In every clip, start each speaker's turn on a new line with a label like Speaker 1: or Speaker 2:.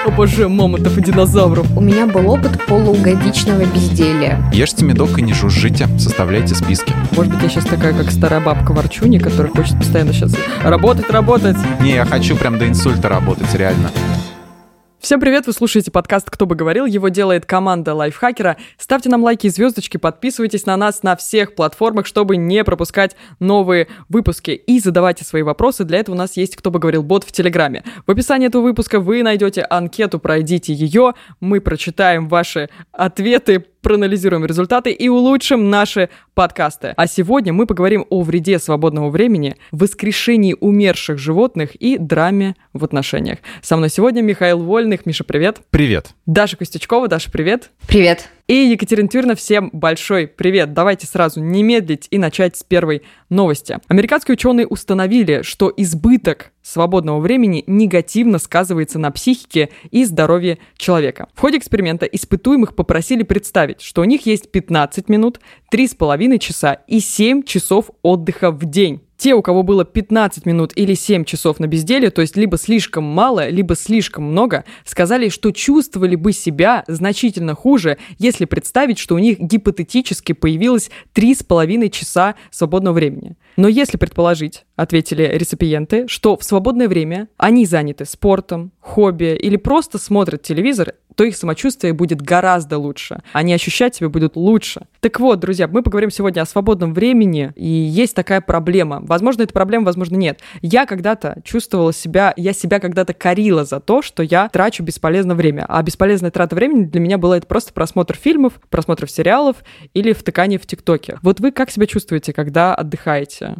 Speaker 1: О боже, мамонтов и динозавров.
Speaker 2: У меня был опыт полугодичного безделия.
Speaker 3: Ешьте медок и не жужжите, составляйте списки.
Speaker 1: Может быть, я сейчас такая, как старая бабка-ворчунья, которая хочет постоянно сейчас работать.
Speaker 3: Не, я хочу прям до инсульта работать, реально.
Speaker 1: Всем привет, вы слушаете подкаст «Кто бы говорил», его делает команда Лайфхакера. Ставьте нам лайки и звездочки, подписывайтесь на нас на всех платформах, чтобы не пропускать новые выпуски. И задавайте свои вопросы, для этого у нас есть «Кто бы говорил» бот в Телеграме. В описании этого выпуска вы найдете анкету, пройдите ее, мы прочитаем ваши ответы, проанализируем результаты и улучшим наши подкасты. А сегодня мы поговорим о вреде свободного времени, воскрешении умерших животных и драме в отношениях. Со мной сегодня Михаил Вольных. Миша, привет.
Speaker 3: Привет.
Speaker 1: Даша Костючкова. Даша, привет.
Speaker 2: Привет.
Speaker 1: И Екатерина Тюрина, всем большой привет. Давайте сразу не медлить и начать с первой новости. Американские ученые установили, что избыток свободного времени негативно сказывается на психике и здоровье человека. В ходе эксперимента испытуемых попросили представить, что у них есть 15 минут, 3,5 часа и 7 часов отдыха в день. Те, у кого было 15 минут или 7 часов на безделье, то есть либо слишком мало, либо слишком много, сказали, что чувствовали бы себя значительно хуже, если представить, что у них гипотетически появилось 3,5 часа свободного времени. Но если предположить, ответили реципиенты, что в свободное время они заняты спортом, хобби или просто смотрят телевизор, то их самочувствие будет гораздо лучше. Они ощущать себя будут лучше. Так вот, друзья, мы поговорим сегодня о свободном времени, и есть такая проблема. Возможно, это проблема, возможно, нет. Я когда-то чувствовала себя, я себя когда-то корила за то, что я трачу бесполезное время. А бесполезная трата времени для меня была это просто просмотр фильмов, просмотр сериалов или втыкание в ТикТоке. Вот вы как себя чувствуете, когда отдыхаете?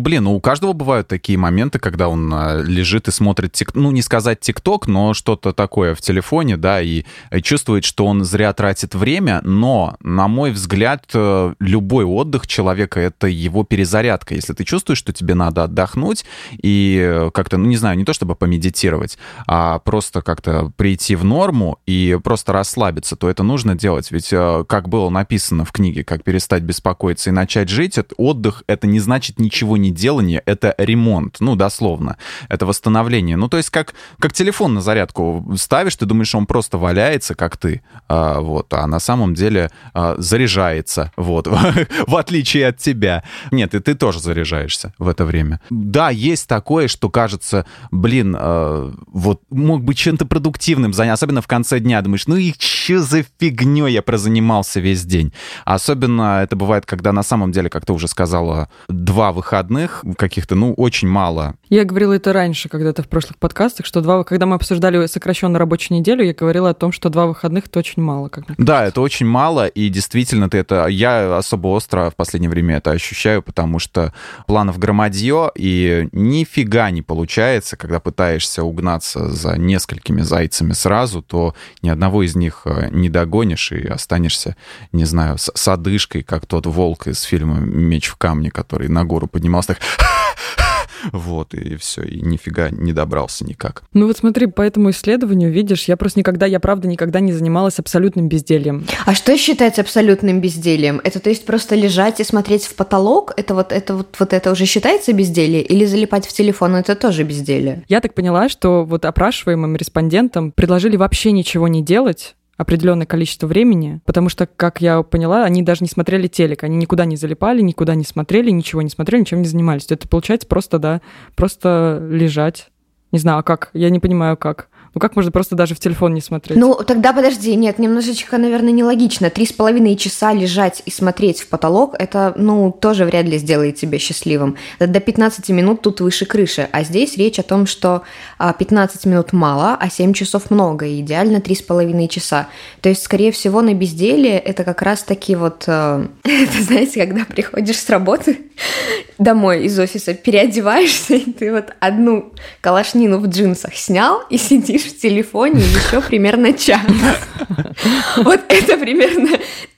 Speaker 3: У каждого бывают такие моменты, когда он лежит и смотрит, не сказать ТикТок, но что-то такое в телефоне, да, и чувствует, что он зря тратит время, но, на мой взгляд, любой отдых человека — это его перезарядка. Если ты чувствуешь, что тебе надо отдохнуть и как-то, не то чтобы помедитировать, а просто как-то прийти в норму и просто расслабиться, то это нужно делать. Ведь, как было написано в книге «Как перестать беспокоиться и начать жить», отдых — это не значит ничего не делание, это ремонт, дословно. Это восстановление. То есть как телефон на зарядку ставишь, ты думаешь, он просто валяется, как ты, а на самом деле заряжается, в отличие от тебя. Нет, и ты тоже заряжаешься в это время. Да, есть такое, что кажется, мог бы чем-то продуктивным заняться, особенно в конце дня, думаешь, и что за фигнёй я прозанимался весь день. Особенно это бывает, когда на самом деле, как ты уже сказала, 2 выходных каких-то, очень мало.
Speaker 1: Я говорила это раньше, когда-то в прошлых подкастах, что когда мы обсуждали сокращенную рабочую неделю, я говорила о том, что 2 выходных — это очень мало.
Speaker 3: Да, это очень мало, и действительно я особо остро в последнее время это ощущаю, потому что планов громадье, и нифига не получается, когда пытаешься угнаться за несколькими зайцами сразу, то ни одного из них не догонишь и останешься, не знаю, с одышкой, как тот волк из фильма «Меч в камне», который на гору поднимался, так... и все, и нифига не добрался никак.
Speaker 1: Смотри, по этому исследованию, видишь, я правда никогда не занималась абсолютным бездельем.
Speaker 2: А что считается абсолютным бездельем? Это, то есть, просто лежать и смотреть в потолок? Это уже считается безделье? Или залипать в телефон — это тоже безделье?
Speaker 1: Я так поняла, что опрашиваемым респондентам предложили вообще ничего не делать определенное количество времени, потому что, как я поняла, они даже не смотрели телек, они никуда не залипали, никуда не смотрели, ничего не смотрели, ничем не занимались. Это получается просто лежать. Не знаю, а как? Я не понимаю, как. Как можно просто даже в телефон не смотреть?
Speaker 2: Тогда подожди, нет, немножечко, наверное, нелогично. 3,5 часа лежать и смотреть в потолок, это, тоже вряд ли сделает тебя счастливым. До 15 минут тут выше крыши. А здесь речь о том, что 15 минут мало, а 7 часов много, и идеально 3,5 часа. То есть, скорее всего, на безделье это как раз-таки это, знаете, когда приходишь с работы домой из офиса, переодеваешься, и ты одну калашнину в джинсах снял и сидишь в телефоне еще примерно час. Это примерно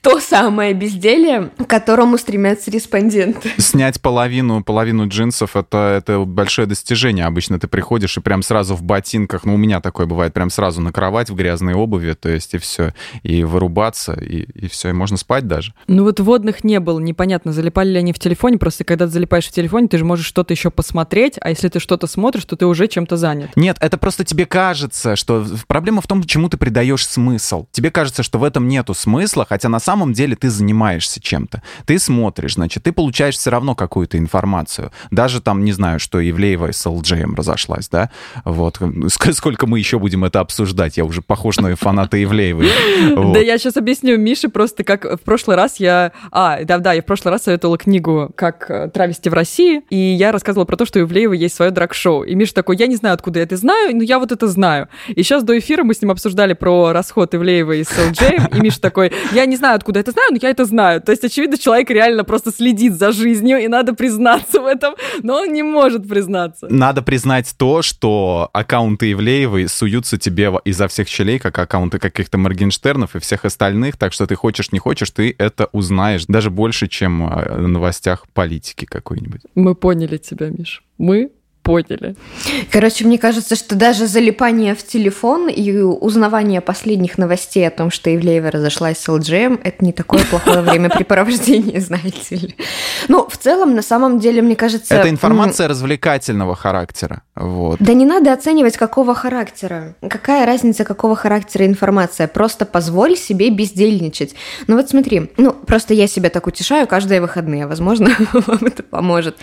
Speaker 2: то самое безделье, к которому стремятся респонденты.
Speaker 3: Снять половину джинсов — это большое достижение. Обычно ты приходишь и прям сразу в ботинках, у меня такое бывает, прям сразу на кровать в грязной обуви, то есть и все, и вырубаться, и все, и можно спать даже.
Speaker 1: Вот водных не было, непонятно, залипали ли они в телефоне, просто когда ты залипаешь в телефоне, ты же можешь что-то еще посмотреть, а если ты что-то смотришь, то ты уже чем-то занят.
Speaker 3: Нет, это просто тебе кажется, что проблема в том, чему ты придаешь смысл. Тебе кажется, что в этом нету смысла, хотя на самом деле ты занимаешься чем-то. Ты смотришь, значит, ты получаешь все равно какую-то информацию. Даже там, не знаю, что Ивлеева с LJ разошлась, да? Вот. Сколько мы еще будем это обсуждать? Я уже похож на фаната Ивлеевой.
Speaker 1: Да я сейчас объясню Мише просто, как в прошлый раз я в прошлый раз советовала книгу «Как травести в России», и я рассказывала про то, что у Ивлеева есть свое драг-шоу. И Миша такой: я не знаю, откуда я это знаю, но я вот это знаю. И сейчас до эфира мы с ним обсуждали про расход Ивлеевой с LJ, и Миша такой: я не знаю, откуда это знаю, но я это знаю. То есть, очевидно, человек реально просто следит за жизнью, и надо признаться в этом, но он не может признаться.
Speaker 3: Надо признать то, что аккаунты Ивлеевой суются тебе изо всех щелей, как аккаунты каких-то Моргенштернов и всех остальных, так что ты хочешь, не хочешь, ты это узнаешь даже больше, чем в новостях политики какой-нибудь.
Speaker 1: Мы поняли тебя, Миш. Мы поняли.
Speaker 2: Короче, мне кажется, что даже залипание в телефон и узнавание последних новостей о том, что Ивлеева разошлась с LG, это не такое плохое времяпрепровождение, знаете ли. В целом, на самом деле, мне кажется...
Speaker 3: Это информация развлекательного характера. Вот.
Speaker 2: Да не надо оценивать, какого характера. Какая разница, какого характера информация? Просто позволь себе бездельничать. Вот смотри, просто я себя так утешаю каждые выходные. Возможно, вам это поможет.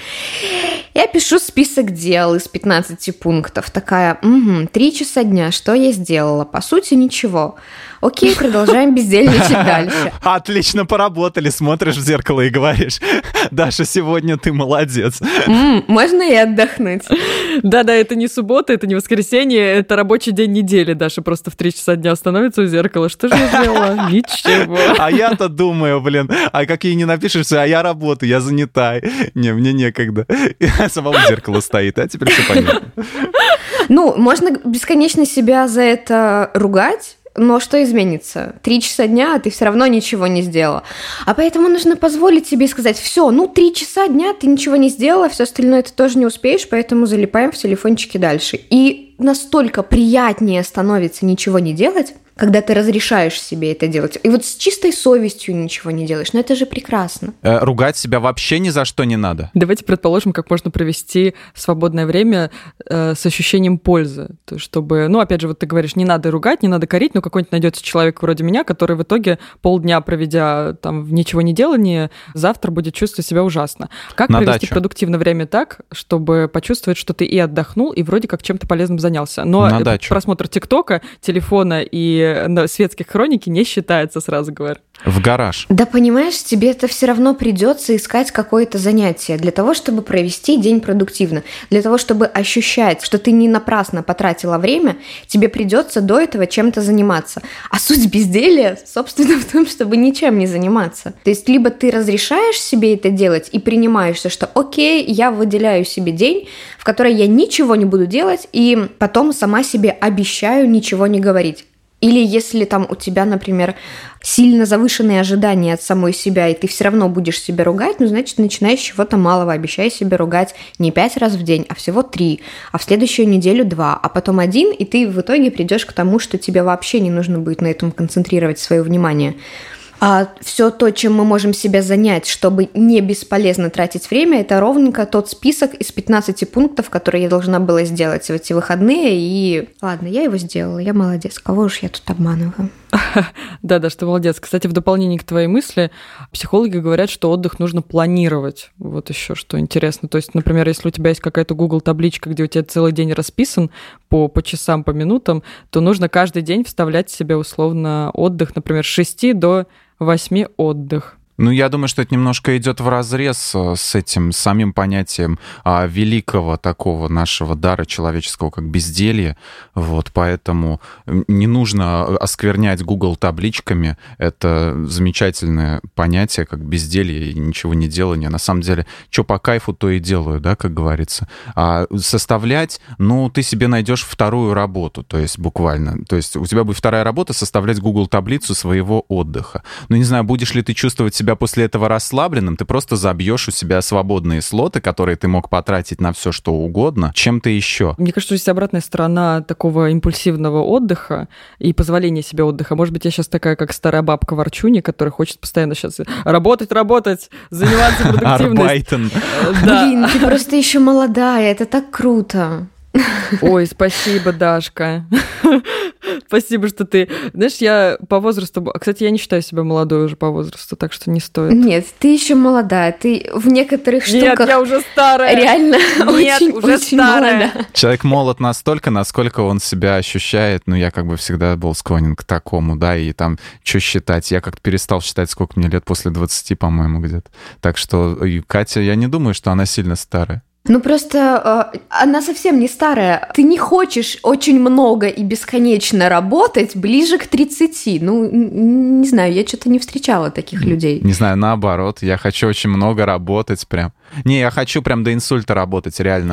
Speaker 2: Я пишу список дел из 15 пунктов. Такая: 3 часа дня, что я сделала? По сути, ничего. Окей, продолжаем бездельничать дальше.
Speaker 3: Отлично поработали, смотришь в зеркало и говоришь: Даша, сегодня ты молодец.
Speaker 2: Можно и отдохнуть.
Speaker 1: Да, это не суббота, это не воскресенье, это рабочий день недели. Даша просто в 3 часа дня становится у зеркала. Что же я сделала? Ничего.
Speaker 3: А я-то думаю, а какие не напишешь, а я работаю, я занята. Не, мне некогда. Самому зеркало стоит, а теперь все понятно.
Speaker 2: Можно бесконечно себя за это ругать, но что изменится? 3 часа дня, а ты все равно ничего не сделала. А поэтому нужно позволить себе сказать: все, 3 часа дня ты ничего не сделала, все остальное ты тоже не успеешь, поэтому залипаем в телефончике дальше. И настолько приятнее становится ничего не делать, когда ты разрешаешь себе это делать. И с чистой совестью ничего не делаешь. Это же прекрасно.
Speaker 3: Ругать себя вообще ни за что не надо.
Speaker 1: Давайте предположим, как можно провести свободное время с ощущением пользы. То есть, чтобы, опять же, ты говоришь, не надо ругать, не надо корить, но какой-нибудь найдется человек вроде меня, который в итоге полдня, проведя там в ничего не делании, завтра будет чувствовать себя ужасно. Как провести продуктивное время так, чтобы почувствовать, что ты и отдохнул, и вроде как чем-то полезным занялся? Но просмотр ТикТока, телефона и светских хроники не считается, сразу говорю.
Speaker 3: В гараж.
Speaker 2: Да понимаешь, тебе это все равно придется искать какое-то занятие для того, чтобы провести день продуктивно, для того, чтобы ощущать, что ты не напрасно потратила время, тебе придется до этого чем-то заниматься. А суть безделия, собственно, в том, чтобы ничем не заниматься. То есть либо ты разрешаешь себе это делать и принимаешься, что окей, я выделяю себе день, в который я ничего не буду делать, и потом сама себе обещаю ничего не говорить. Или если там у тебя, например, сильно завышенные ожидания от самой себя, и ты все равно будешь себя ругать, значит, начинай с чего-то малого. Обещай себе ругать не 5 раз в день, а всего 3, а в следующую неделю 2, а потом 1, и ты в итоге придешь к тому, что тебе вообще не нужно будет на этом концентрировать свое внимание. А все то, чем мы можем себя занять, чтобы не бесполезно тратить время, это ровненько тот список из 15 пунктов, которые я должна была сделать в эти выходные. И ладно, я его сделала, я молодец. Кого уж я тут обманываю?
Speaker 1: Да, что молодец. Кстати, в дополнение к твоей мысли, психологи говорят, что отдых нужно планировать. Вот еще что интересно. То есть, например, если у тебя есть какая-то Google-табличка, где у тебя целый день расписан по часам, по минутам, то нужно каждый день вставлять себе условно отдых, например, с 6 до 8 отдых.
Speaker 3: Ну, я думаю, что это немножко идет вразрез с этим самим понятием великого такого нашего дара человеческого, как безделье. Вот, поэтому не нужно осквернять Google табличками. Это замечательное понятие, как безделье и ничего не делание. На самом деле, что по кайфу, то и делаю, да, как говорится. А составлять, ну, ты себе найдешь вторую работу, то есть буквально. То есть у тебя будет вторая работа — составлять Google таблицу своего отдыха. Ну, не знаю, будешь ли ты чувствовать себя после этого расслабленным, ты просто забьешь у себя свободные слоты, которые ты мог потратить на все, что угодно, чем-то еще.
Speaker 1: Мне кажется, что здесь обратная сторона такого импульсивного отдыха и позволения себе отдыха. Может быть, я сейчас такая, как старая бабка Ворчуни, которая хочет постоянно сейчас работать, заниматься продуктивностью.
Speaker 2: Блин, ты просто еще молодая, это так круто.
Speaker 1: Ой, спасибо, Дашка. Спасибо, что ты... Знаешь, я по возрасту... Кстати, я не считаю себя молодой уже по возрасту, так что не стоит.
Speaker 2: Нет, ты еще молодая. Ты в некоторых штуках...
Speaker 1: Нет, я уже старая.
Speaker 2: Реально очень молодая.
Speaker 3: Человек молод настолько, насколько он себя ощущает. Ну, я как бы всегда был склонен к такому, да, и там, что считать? Я как-то перестал считать, сколько мне лет, после 20, по-моему, где-то. Так что Катя, я не думаю, что она сильно старая.
Speaker 2: Ну, просто она совсем не старая. Ты не хочешь очень много и бесконечно работать ближе к 30. Ну, не знаю, я что-то не встречала таких людей.
Speaker 3: Не знаю, наоборот. Я хочу очень много работать прям. Не, я хочу прям до инсульта работать, реально.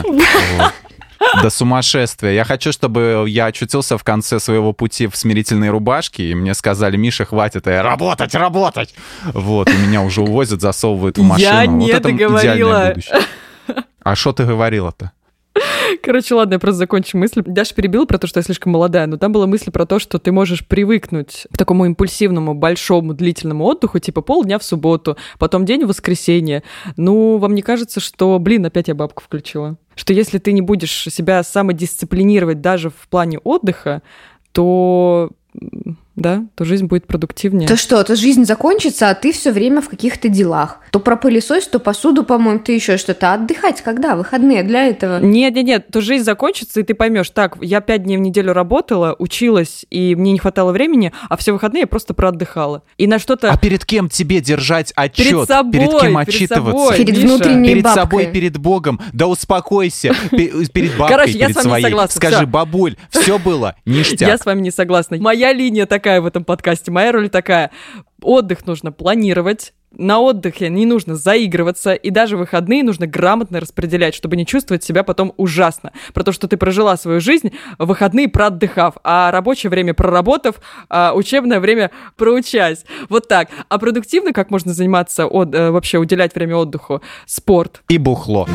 Speaker 3: До сумасшествия. Я хочу, чтобы я очутился в конце своего пути в смирительной рубашке, и мне сказали: Миша, хватит, работать! Вот, и меня уже увозят, засовывают в машину.
Speaker 1: Я не договорила.
Speaker 3: А что ты говорила-то?
Speaker 1: Короче, ладно, я просто закончу мысль. Даша перебила про то, что я слишком молодая, но там была мысль про то, что ты можешь привыкнуть к такому импульсивному, большому, длительному отдыху, типа полдня в субботу, потом день в воскресенье. Ну, вам не кажется, что... опять я бабку включила. Что если ты не будешь себя самодисциплинировать даже в плане отдыха, то... да, то жизнь будет продуктивнее.
Speaker 2: То что, то жизнь закончится, а ты все время в каких-то делах. То пропылесось, то посуду помоем, то еще что-то. Отдыхать когда? Выходные для этого?
Speaker 1: Нет, то жизнь закончится, и ты поймешь, так, я 5 дней в неделю работала, училась, и мне не хватало времени, а все выходные я просто проотдыхала. И на что-то...
Speaker 3: А перед кем тебе держать отчет?
Speaker 1: Перед собой,
Speaker 3: перед кем отчитываться?
Speaker 2: Перед внутренней
Speaker 3: перед
Speaker 2: бабкой.
Speaker 3: Собой, перед Богом. Да успокойся. Перед бабкой,
Speaker 1: короче,
Speaker 3: перед своей.
Speaker 1: Согласна,
Speaker 3: скажи:
Speaker 1: всё.
Speaker 3: Бабуль, все было ништяк.
Speaker 1: Я с вами не согласна. Моя линия такая в этом подкасте, моя роль такая. Отдых нужно планировать, на отдыхе не нужно заигрываться, и даже выходные нужно грамотно распределять, чтобы не чувствовать себя потом ужасно. Про то, что ты прожила свою жизнь, выходные проотдыхав, а рабочее время проработав, а учебное время проучась. Вот так. А продуктивно как можно заниматься, вообще уделять время отдыху? Спорт.
Speaker 3: И бухло.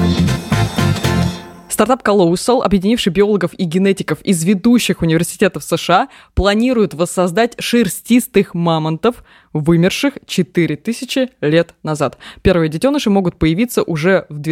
Speaker 1: Стартап Colossal, объединивший биологов и генетиков из ведущих университетов США, планирует воссоздать шерстистых мамонтов, вымерших 4000 лет назад. Первые детеныши могут появиться уже в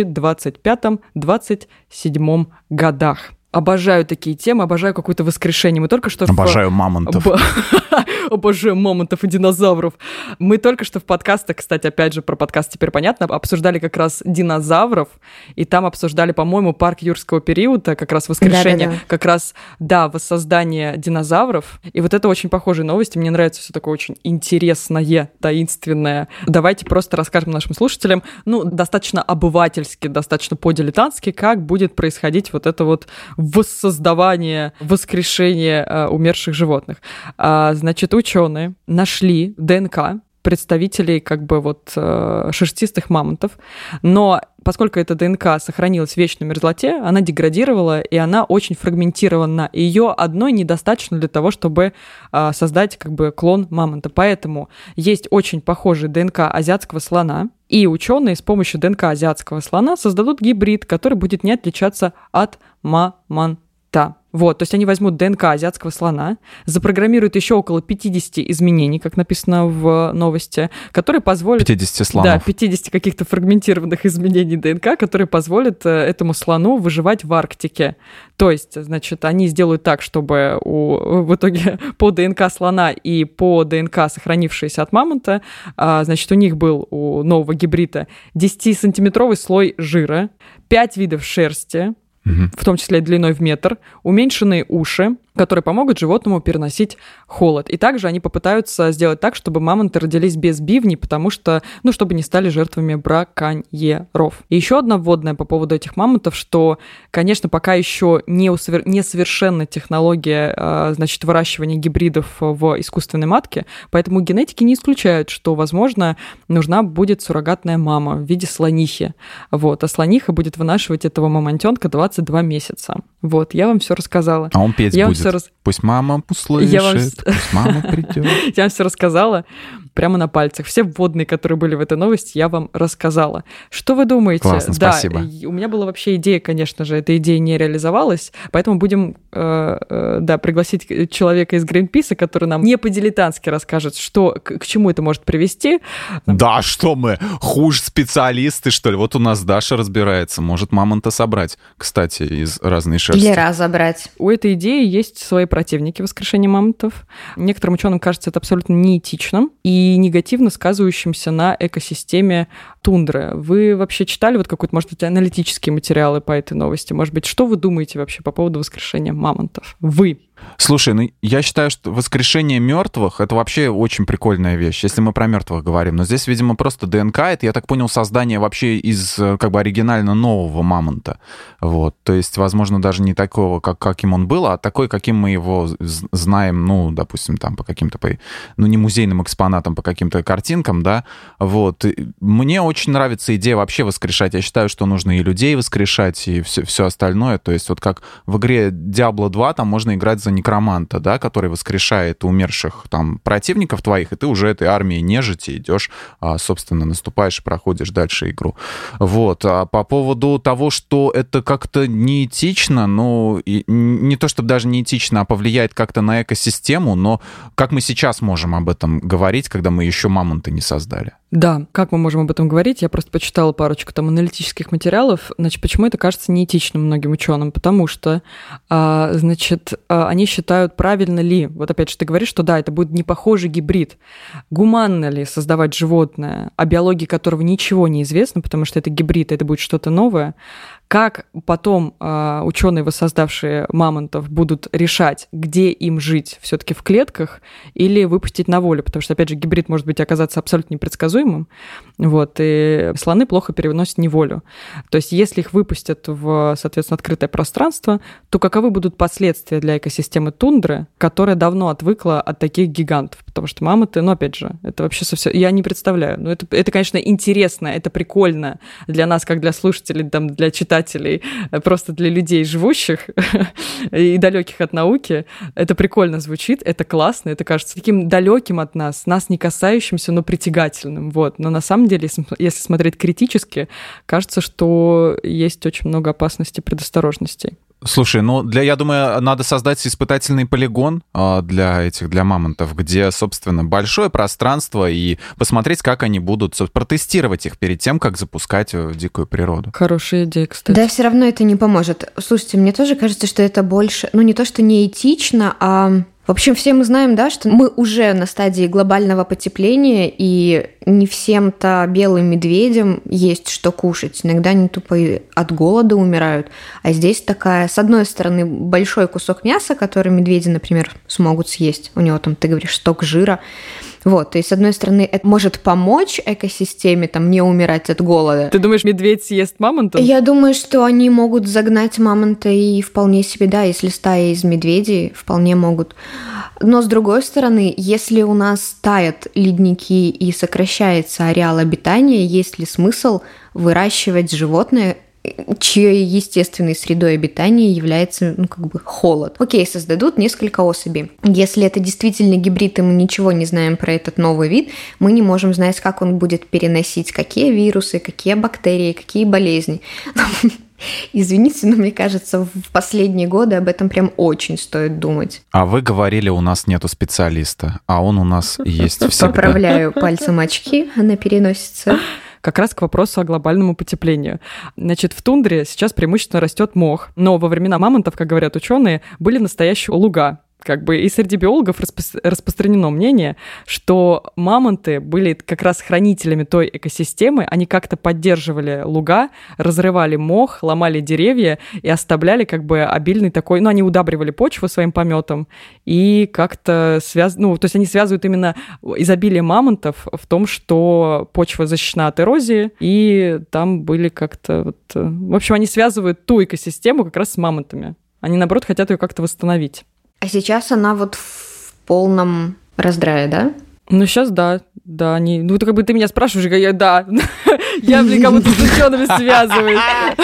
Speaker 1: 2025-2027 годах. Обожаю такие темы, обожаю какое-то воскрешение. Мы только что...
Speaker 3: Обожаю мамонтов.
Speaker 1: Обожаю мамонтов и динозавров. Мы только что в подкастах, кстати, опять же, про подкаст теперь понятно, обсуждали как раз динозавров, и там обсуждали, по-моему, парк юрского периода, как раз воскрешение, как раз, да, воссоздание динозавров. И вот это очень похожие новости. Мне нравится все такое очень интересное, таинственное. Давайте просто расскажем нашим слушателям, ну, достаточно обывательски, достаточно по-дилетантски, как будет происходить вот это вот воссоздавание, воскрешение умерших животных. Значит, ученые нашли ДНК представителей как бы вот шерстистых мамонтов, но поскольку эта ДНК сохранилась в вечной мерзлоте, она деградировала, и она очень фрагментирована. Ее одной недостаточно для того, чтобы создать как бы клон мамонта. Поэтому есть очень похожий ДНК азиатского слона, и ученые с помощью ДНК азиатского слона создадут гибрид, который будет не отличаться от мамонта. Вот, то есть они возьмут ДНК азиатского слона, запрограммируют еще около 50 изменений, как написано в новости, которые позволят...
Speaker 3: 50 слонов.
Speaker 1: Да, 50 каких-то фрагментированных изменений ДНК, которые позволят этому слону выживать в Арктике. То есть, значит, они сделают так, чтобы в итоге по ДНК слона и по ДНК, сохранившейся от мамонта, значит, у них был, у нового гибрида, 10-сантиметровый слой жира, 5 видов шерсти, в том числе длиной в метр, уменьшенные уши, которые помогут животному переносить холод. И также они попытаются сделать так, чтобы мамонты родились без бивней, потому что, чтобы не стали жертвами браконьеров. И еще одна вводная по поводу этих мамонтов, что, конечно, пока еще несовершенна технология, выращивания гибридов в искусственной матке, поэтому генетики не исключают, что, возможно, нужна будет суррогатная мама в виде слонихи. А слониха будет вынашивать этого мамонтенка 22 месяца. Я вам все рассказала.
Speaker 3: А он петь будет. Пусть мама услышит, пусть мама придет.
Speaker 1: Я вам все рассказала прямо на пальцах. Все вводные, которые были в этой новости, я вам рассказала. Что вы думаете?
Speaker 3: Классно, спасибо.
Speaker 1: У меня была вообще идея, конечно же, эта идея не реализовалась, поэтому будем пригласить человека из Гринписа, который нам не по-дилетантски расскажет, к чему это может привести.
Speaker 3: Да, что мы, хуже специалисты, что ли? Вот у нас Даша разбирается, может мамонта собрать, кстати, из разной шерсти.
Speaker 2: Или разобрать.
Speaker 1: У этой идеи есть свои противники воскрешения мамонтов. Некоторым ученым кажется это абсолютно неэтичным и негативно сказывающимся на экосистеме тундры. Вы вообще читали какой-то, может быть, аналитические материалы по этой новости? Может быть, что вы думаете вообще по поводу воскрешения мамонтов? Вы.
Speaker 3: Слушай, я считаю, что воскрешение мертвых — это вообще очень прикольная вещь, если мы про мертвых говорим. Но здесь, видимо, просто ДНК, это, я так понял, создание вообще из оригинально нового мамонта. То есть, возможно, даже не такого, каким он был, а такой, каким мы его знаем, допустим, там по каким-то, не музейным экспонатам, по каким-то картинкам, да. Мне очень нравится идея вообще воскрешать. Я считаю, что нужно и людей воскрешать, и все остальное. То есть, как в игре Diablo 2, там можно играть за некроманта, да, который воскрешает умерших там противников твоих, и ты уже этой армией нежити идешь, собственно, наступаешь и проходишь дальше игру. А по поводу того, что это как-то неэтично, и не то чтобы даже неэтично, а повлияет как-то на экосистему, но как мы сейчас можем об этом говорить, когда мы еще мамонта не создали?
Speaker 1: Да, как мы можем об этом говорить? Я просто почитала парочку аналитических материалов. Почему это кажется неэтичным многим ученым? Потому что, они считают, правильно ли, опять же, ты говоришь, что да, это будет непохожий гибрид. Гуманно ли создавать животное, о биологии которого ничего не известно, потому что это гибрид, это будет что-то новое. Как потом ученые, воссоздавшие мамонтов, будут решать, где им жить, все-таки в клетках или выпустить на волю? Потому что, опять же, гибрид может быть оказаться абсолютно непредсказуемым, и слоны плохо переносят неволю. То есть если их выпустят в, соответственно, открытое пространство, то каковы будут последствия для экосистемы тундры, которая давно отвыкла от таких гигантов? Потому что мамонты, опять же, это вообще совсем... Я не представляю. Это, конечно, интересно, это прикольно для нас, как для слушателей, для читателей, просто для людей, живущих и далеких от науки. Это прикольно звучит, это классно, это кажется таким далеким от нас не касающимся, но притягательным. Но на самом деле, если смотреть критически, кажется, что есть очень много опасностей и предосторожностей.
Speaker 3: Слушай, я думаю, надо создать испытательный полигон для мамонтов, где, собственно, большое пространство, и посмотреть, как они будут, протестировать их перед тем, как запускать в дикую природу.
Speaker 1: Хорошая идея, кстати.
Speaker 2: Да, все равно это не поможет. Слушайте, мне тоже кажется, что это больше, не то, что неэтично, а... В общем, все мы знаем, да, что мы уже на стадии глобального потепления, и не всем-то белым медведям есть что кушать. Иногда они тупо от голода умирают. А здесь такая, с одной стороны, большой кусок мяса, который медведи, например, смогут съесть. У него там, ты говоришь, сток жира. И с одной стороны, это может помочь экосистеме не умирать от голода.
Speaker 1: Ты думаешь, медведь съест мамонта?
Speaker 2: Я думаю, что они могут загнать мамонта и вполне себе, да, если стая из медведей, вполне могут. Но, с другой стороны, если у нас тают ледники и сокращается ареал обитания, есть ли смысл выращивать животное, чьей естественной средой обитания является, холод. Окей, создадут несколько особей. Если это действительно гибрид, и мы ничего не знаем про этот новый вид, мы не можем знать, как он будет переносить, какие вирусы, какие бактерии, какие болезни. Извините, но мне кажется, в последние годы об этом прям очень стоит думать.
Speaker 3: А вы говорили, у нас нету специалиста, а он у нас есть всегда.
Speaker 2: Поправляю пальцем очки на переносице.
Speaker 1: Как раз к вопросу о глобальному потеплению. В тундре сейчас преимущественно растет мох, но во времена мамонтов, как говорят ученые, были настоящие луга. Как бы и среди биологов распространено мнение, что мамонты были как раз хранителями той экосистемы, они как-то поддерживали луга, разрывали мох, ломали деревья и оставляли как бы обильный такой, ну, они удабривали почву своим пометом и как-то то есть они связывают именно изобилие мамонтов в том, что почва защищена от эрозии, и там были как-то в общем, они связывают ту экосистему как раз с мамонтами. Они, наоборот, хотят ее как-то восстановить.
Speaker 2: А сейчас она вот в полном раздрае, да?
Speaker 1: Ну, сейчас да, они... Ну, это как бы ты меня спрашиваешь, я да. Я, кого-то с учеными связываюсь.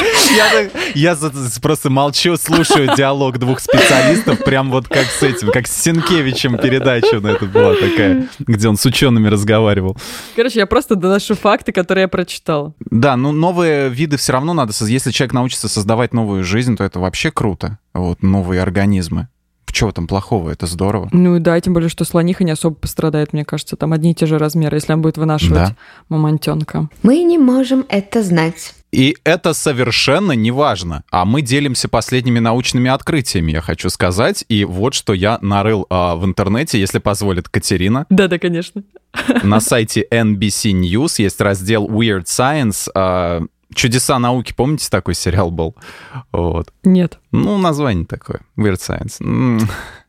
Speaker 3: Я просто молчу, слушаю диалог двух специалистов, прям вот как с этим, как с Сенкевичем передача на это была такая, где он с учеными разговаривал.
Speaker 1: Короче, я просто доношу факты, которые я прочитала.
Speaker 3: Да, ну новые виды все равно надо... Если человек научится создавать новую жизнь, то это вообще круто. Вот, новые организмы. Чего там плохого? Это здорово.
Speaker 1: Ну да, тем более, что слониха не особо пострадает, мне кажется. Там одни и те же размеры, если он будет вынашивать мамонтенка.
Speaker 2: Мы не можем это знать.
Speaker 3: И это совершенно не важно. А мы делимся последними научными открытиями, я хочу сказать. И вот что я нарыл в интернете, если позволит Катерина.
Speaker 1: Да, конечно.
Speaker 3: На сайте NBC News есть раздел Weird Science. «Чудеса науки», помните, такой сериал был? Вот.
Speaker 1: Нет.
Speaker 3: Ну, название такое. Weird Science.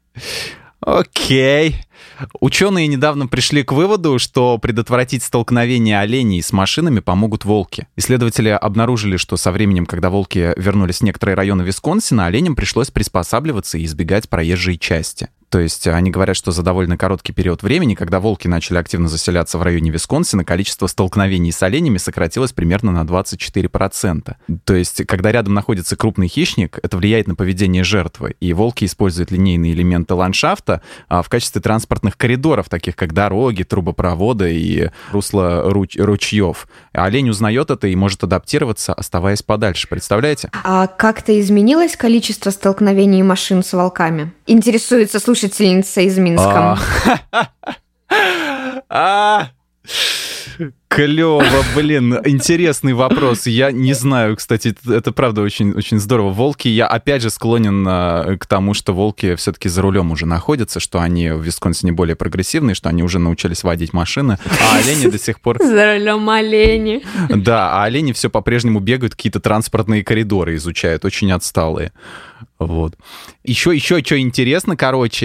Speaker 3: Окей. Ученые недавно пришли к выводу, что предотвратить столкновение оленей с машинами помогут волки. Исследователи обнаружили, что со временем, когда волки вернулись в некоторые районы Висконсина, оленям пришлось приспосабливаться и избегать проезжей части. То есть они говорят, что за довольно короткий период времени, когда волки начали активно заселяться в районе Висконсина, количество столкновений с оленями сократилось примерно на 24%. То есть, когда рядом находится крупный хищник, это влияет на поведение жертвы. И волки используют линейные элементы ландшафта в качестве транспортных коридоров, таких как дороги, трубопроводы и русла ручьев. А олень узнает это и может адаптироваться, оставаясь подальше. Представляете?
Speaker 2: А как-то изменилось количество столкновений машин с волками? Интересуется слушательница из Минска.
Speaker 3: Клево, блин, интересный вопрос. Я не знаю, кстати, это правда очень, очень здорово. Волки, я опять же склонен к тому, что волки все-таки за рулем уже находятся, что они в Висконсине более прогрессивные, что они уже научились водить машины, а олени до сих пор...
Speaker 2: За рулем олени.
Speaker 3: Да, а олени все по-прежнему бегают, какие-то транспортные коридоры изучают, очень отсталые. Вот. Еще что интересно,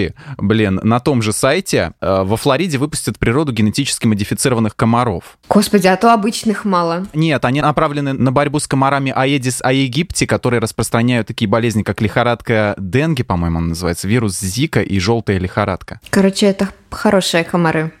Speaker 3: на том же сайте во Флориде выпустят в природу генетически модифицированных комаров.
Speaker 2: Господи, а то обычных мало.
Speaker 3: Нет, они направлены на борьбу с комарами Aedes aegypti, которые распространяют такие болезни, как лихорадка Денге, по-моему, она называется, вирус Зика и желтая лихорадка.
Speaker 2: Короче, это хорошие комары.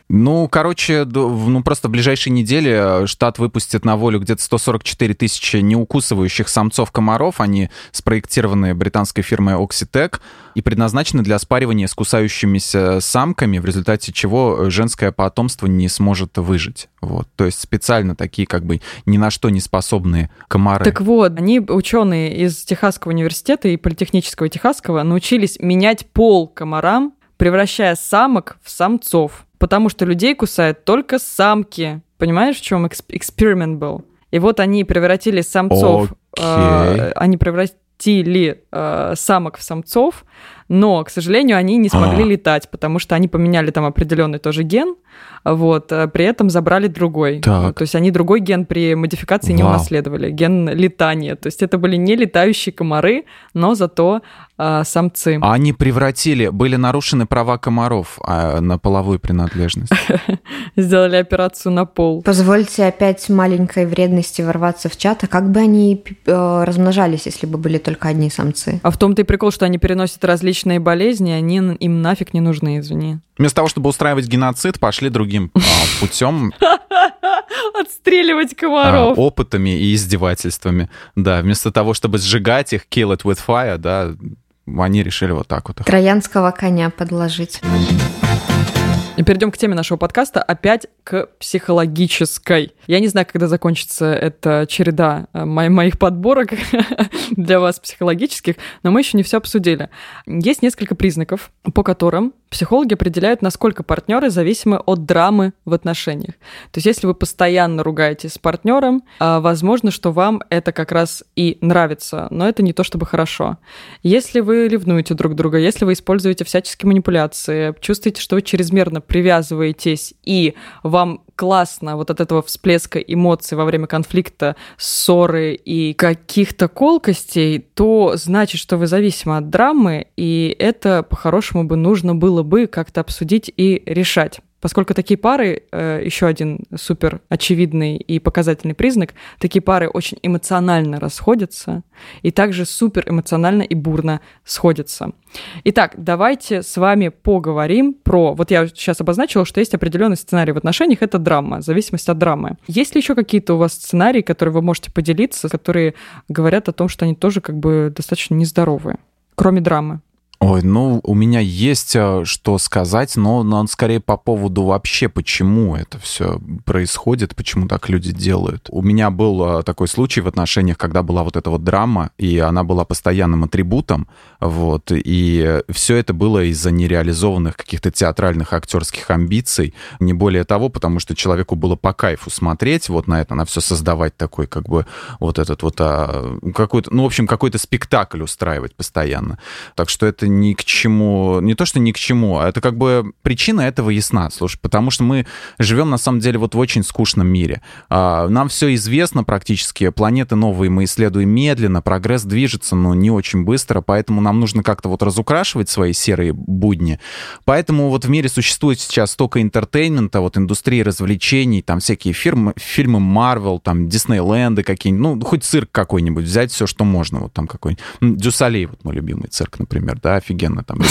Speaker 3: Просто в ближайшие недели штат выпустит на волю где-то 144 тысячи неукусывающих самцов комаров. Они спроектированы британской фирмой Oxitec и предназначены для спаривания с кусающимися самками, в результате чего женское потомство не сможет выжить. Вот. То есть специально такие как бы ни на что не способные комары.
Speaker 1: Так вот, они, ученые из Техасского университета и Политехнического Техасского, научились менять пол комарам, превращая самок в самцов. Потому что людей кусают только самки. Понимаешь, в чем эксперимент был? И вот они превратили самцов... Они превратили самок в самцов, но, к сожалению, они не смогли летать, потому что они поменяли там определенный тоже ген, при этом забрали другой.
Speaker 3: Так.
Speaker 1: То есть они другой ген при модификации не унаследовали, ген летания. То есть это были не летающие комары, но зато самцы.
Speaker 3: А они были нарушены права комаров на половую принадлежность.
Speaker 1: Сделали операцию на пол.
Speaker 2: Позвольте опять маленькой вредности ворваться в чат. А как бы они размножались, если бы были только одни самцы?
Speaker 1: А в том-то и прикол, что они переносят различные болезни, они им нафиг не нужны, извини.
Speaker 3: Вместо того, чтобы устраивать геноцид, пошли другим путем.
Speaker 1: Отстреливать комаров.
Speaker 3: Опытами и издевательствами. Да, вместо того, чтобы сжигать их, kill it with fire, да, они решили вот так вот.
Speaker 2: Троянского коня подложить.
Speaker 1: И перейдем к теме нашего подкаста, опять к психологической. Я не знаю, когда закончится эта череда моих подборок для вас психологических, но мы еще не все обсудили. Есть несколько признаков, по которым Психологи определяют, насколько партнеры зависимы от драмы в отношениях. То есть если вы постоянно ругаетесь с партнером, возможно, что вам это как раз и нравится, но это не то чтобы хорошо. Если вы ревнуете друг друга, если вы используете всяческие манипуляции, чувствуете, что вы чрезмерно привязываетесь, и вам классно вот от этого всплеска эмоций во время конфликта, ссоры и каких-то колкостей, то значит, что вы зависимы от драмы, и это по-хорошему бы нужно было бы как-то обсудить и решать. Поскольку такие пары, еще один супер очевидный и показательный признак, такие пары очень эмоционально расходятся и также супер эмоционально и бурно сходятся. Итак, давайте с вами поговорим про... Вот я сейчас обозначила, что есть определенный сценарий в отношениях, это драма, зависимость от драмы. Есть ли еще какие-то у вас сценарии, которые вы можете поделиться, которые говорят о том, что они тоже как бы достаточно нездоровые, кроме драмы?
Speaker 3: Ой, ну, у меня есть что сказать, но он скорее по поводу вообще, почему это все происходит, почему так люди делают. У меня был такой случай в отношениях, когда была вот эта вот драма, и она была постоянным атрибутом, вот, и все это было из-за нереализованных каких-то театральных актерских амбиций, не более того, потому что человеку было по кайфу смотреть вот на это, на все создавать такой, как бы, вот этот вот, какой-то, ну, в общем, какой-то спектакль устраивать постоянно. Так что это ни к чему, не то, что ни к чему, а это как бы причина этого ясна, слушай, потому что мы живем на самом деле вот в очень скучном мире. Нам все известно практически, планеты новые мы исследуем медленно, прогресс движется, но не очень быстро, поэтому нам нужно как-то вот разукрашивать свои серые будни. Поэтому вот в мире существует сейчас столько интертеймента, вот индустрии развлечений, там всякие фильмы Marvel, там Диснейленды какие-нибудь, ну, хоть цирк какой-нибудь, взять все, что можно, вот там какой-нибудь. Дюсалей, вот мой любимый цирк, например, да, офигенно там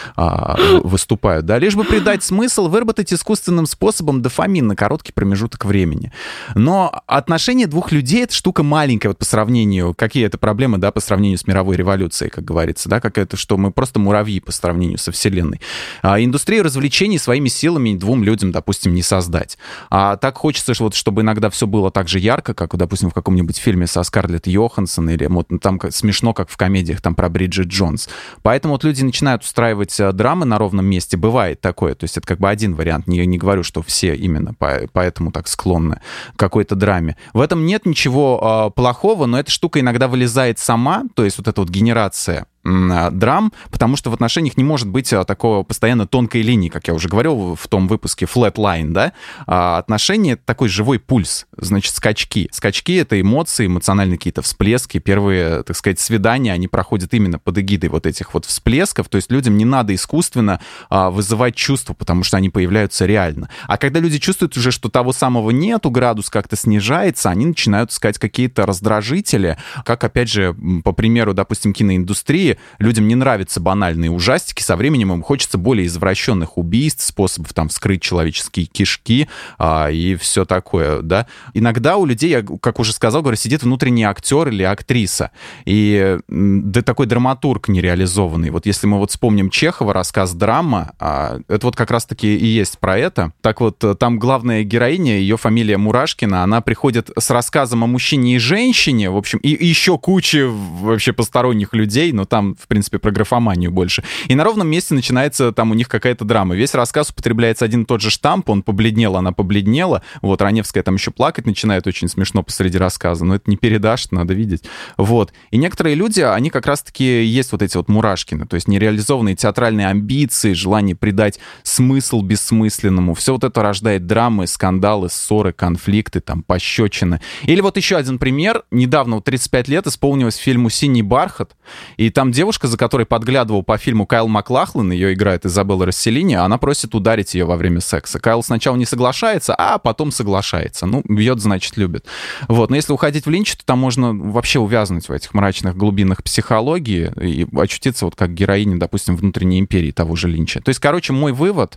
Speaker 3: ребята выступают, да, лишь бы придать смысл, выработать искусственным способом дофамин на короткий промежуток времени. Но отношения двух людей — это штука маленькая вот по сравнению, какие это проблемы, да, по сравнению с мировой революцией, как говорится, да, какая-то, что мы просто муравьи по сравнению со Вселенной. Индустрию развлечений своими силами двум людям, допустим, не создать. А так хочется, вот, чтобы иногда все было так же ярко, как, допустим, в каком-нибудь фильме со Скарлетт Йоханссон, или вот там смешно, как в комедиях там про Бриджит Джонс. Поэтому вот люди начинают устраивать драмы на ровном месте, бывает такое, то есть это как бы один вариант, не говорю, что все именно поэтому так склонны к какой-то драме. В этом нет ничего плохого, но эта штука иногда вылезает сама, то есть вот эта вот генерация драм, потому что в отношениях не может быть такого постоянно тонкой линии, как я уже говорил в том выпуске flat line, да, отношения — это такой живой пульс, значит, скачки. Скачки — это эмоции, эмоциональные какие-то всплески, первые, так сказать, свидания, они проходят именно под эгидой вот этих вот всплесков, то есть людям не надо искусственно вызывать чувства, потому что они появляются реально. А когда люди чувствуют уже, что того самого нету, градус как-то снижается, они начинают искать какие-то раздражители, как, опять же, по примеру, допустим, киноиндустрии, людям не нравятся банальные ужастики, со временем им хочется более извращенных убийств, способов там вскрыть человеческие кишки и все такое, да. Иногда у людей, я, как уже сказал, говорю, сидит внутренний актер или актриса, и да, такой драматург нереализованный. Вот если мы вот вспомним Чехова, рассказ «Драма», это вот как раз-таки и есть про это. Так вот, там главная героиня, ее фамилия Мурашкина, она приходит с рассказом о мужчине и женщине, в общем, и еще куча вообще посторонних людей, но там, в принципе, про графоманию больше. И на ровном месте начинается там у них какая-то драма. Весь рассказ употребляется один и тот же штамп, он побледнел, она побледнела. Вот, Раневская там еще плакать начинает очень смешно посреди рассказа, но это не передашь, надо видеть. Вот. И некоторые люди, они как раз-таки есть вот эти вот Мурашкины, то есть нереализованные театральные амбиции, желание придать смысл бессмысленному. Все вот это рождает драмы, скандалы, ссоры, конфликты, там, пощечины. Или вот еще один пример. Недавно, вот 35 лет, исполнилось фильму «Синий бархат», и там девушка, за которой подглядывал по фильму Кайл Маклахлан, ее играет Изабелла Росселлини, она просит ударить ее во время секса. Кайл сначала не соглашается, а потом соглашается. Ну, бьет, значит, любит. Вот. Но если уходить в Линч, то там можно вообще увязнуть в этих мрачных глубинах психологии и очутиться вот как героиня, допустим, внутренней империи того же Линча. То есть, короче, мой вывод: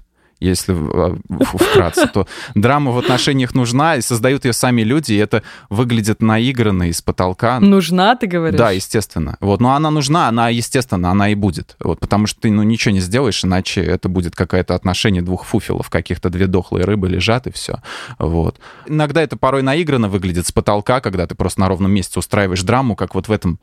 Speaker 3: если вкратце, то драма в отношениях нужна, и создают ее сами люди, и это выглядит наигранно из потолка.
Speaker 1: Нужна, ты говоришь?
Speaker 3: Да, естественно. Вот, но она нужна, она, естественно, она и будет. Вот, потому что ты, ничего не сделаешь, иначе это будет какое-то отношение двух фуфелов, каких-то две дохлые рыбы лежат, и все. Вот. Иногда это порой наигранно выглядит с потолка, когда ты просто на ровном месте устраиваешь драму, как вот в этом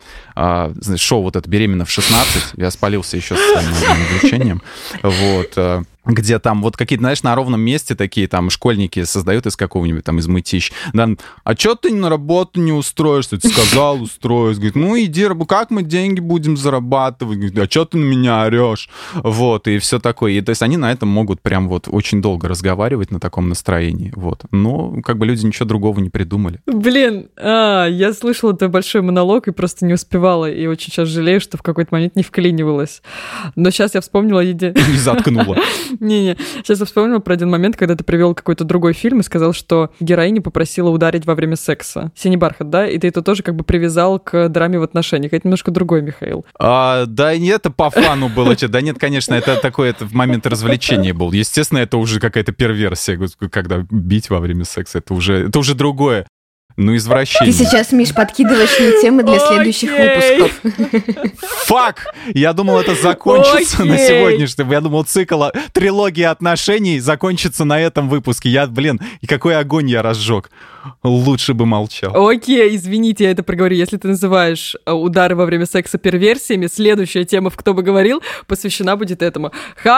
Speaker 3: шоу вот это «Беременна в 16». Я спалился еще с своим увлечением. Вот. Где там вот какие-то, знаешь, на ровном месте такие там школьники создают из какого-нибудь там из мытищ. Да, а чё ты на работу не устроишься? Ты сказал, устроюсь. Говорит, иди, как мы деньги будем зарабатывать? Говорит, а чё ты на меня орешь? Вот, и все такое. И то есть они на этом могут прям вот очень долго разговаривать на таком настроении. Вот. Но как бы люди ничего другого не придумали.
Speaker 1: Блин, я слышала твой большой монолог и просто не успевала. И очень сейчас жалею, что в какой-то момент не вклинивалась. Но сейчас я вспомнила...
Speaker 3: Не заткнула.
Speaker 1: Не-не, сейчас я вспомнила про один момент, когда ты привел какой-то другой фильм и сказал, что героиня попросила ударить во время секса. «Синий бархат», да? И ты это тоже как бы привязал к драме в отношениях. Это немножко другой, Михаил.
Speaker 3: Да нет, это по фану было. Да нет, конечно, это такой в момент развлечения был. Естественно, это уже какая-то перверсия, когда бить во время секса. Это уже другое. Извращение.
Speaker 2: Ты сейчас, Миш, подкидываешь мне темы для следующих выпусков.
Speaker 3: Фак! Я думал, это закончится на сегодняшнем. Я думал, цикл трилогии отношений закончится на этом выпуске. И какой огонь я разжег. Лучше бы молчал.
Speaker 1: Окей, извините, я это проговорю. Если ты называешь удары во время секса перверсиями, следующая тема в «Кто бы говорил» посвящена будет этому.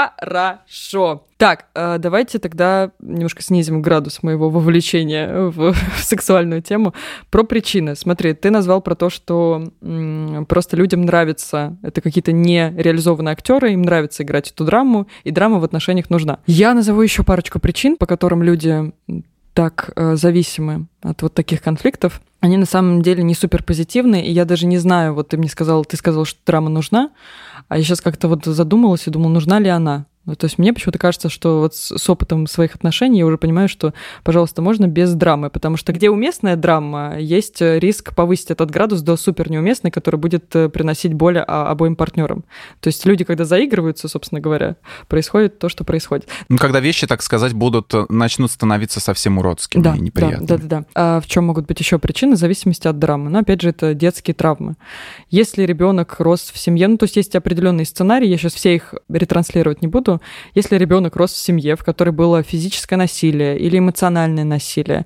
Speaker 1: Хорошо. Так, давайте тогда немножко снизим градус моего вовлечения в сексуальную тему. Про причины. Смотри, ты назвал про то, что просто людям нравится, это какие-то нереализованные актеры, им нравится играть эту драму, и драма в отношениях нужна. Я назову еще парочку причин, по которым люди так зависимы от вот таких конфликтов. Они на самом деле не супер позитивные, и я даже не знаю, вот ты сказал, что драма нужна, а я сейчас как-то вот задумалась и думала, нужна ли она. То есть мне почему-то кажется, что вот с опытом своих отношений я уже понимаю, что, пожалуйста, можно без драмы, потому что где уместная драма, есть риск повысить этот градус до супер неуместной, который будет приносить боль обоим партнерам. То есть люди, когда заигрываются, собственно говоря, происходит то, что происходит.
Speaker 3: Когда вещи, так сказать, начнут становиться совсем уродскими и неприятными.
Speaker 1: Да. А в чем могут быть еще причины? В зависимости от драмы. Но, опять же, это детские травмы. Если ребенок рос в семье, то есть есть определенные сценарии, я сейчас все их ретранслировать не буду. Если ребенок рос в семье, в которой было физическое насилие или эмоциональное насилие,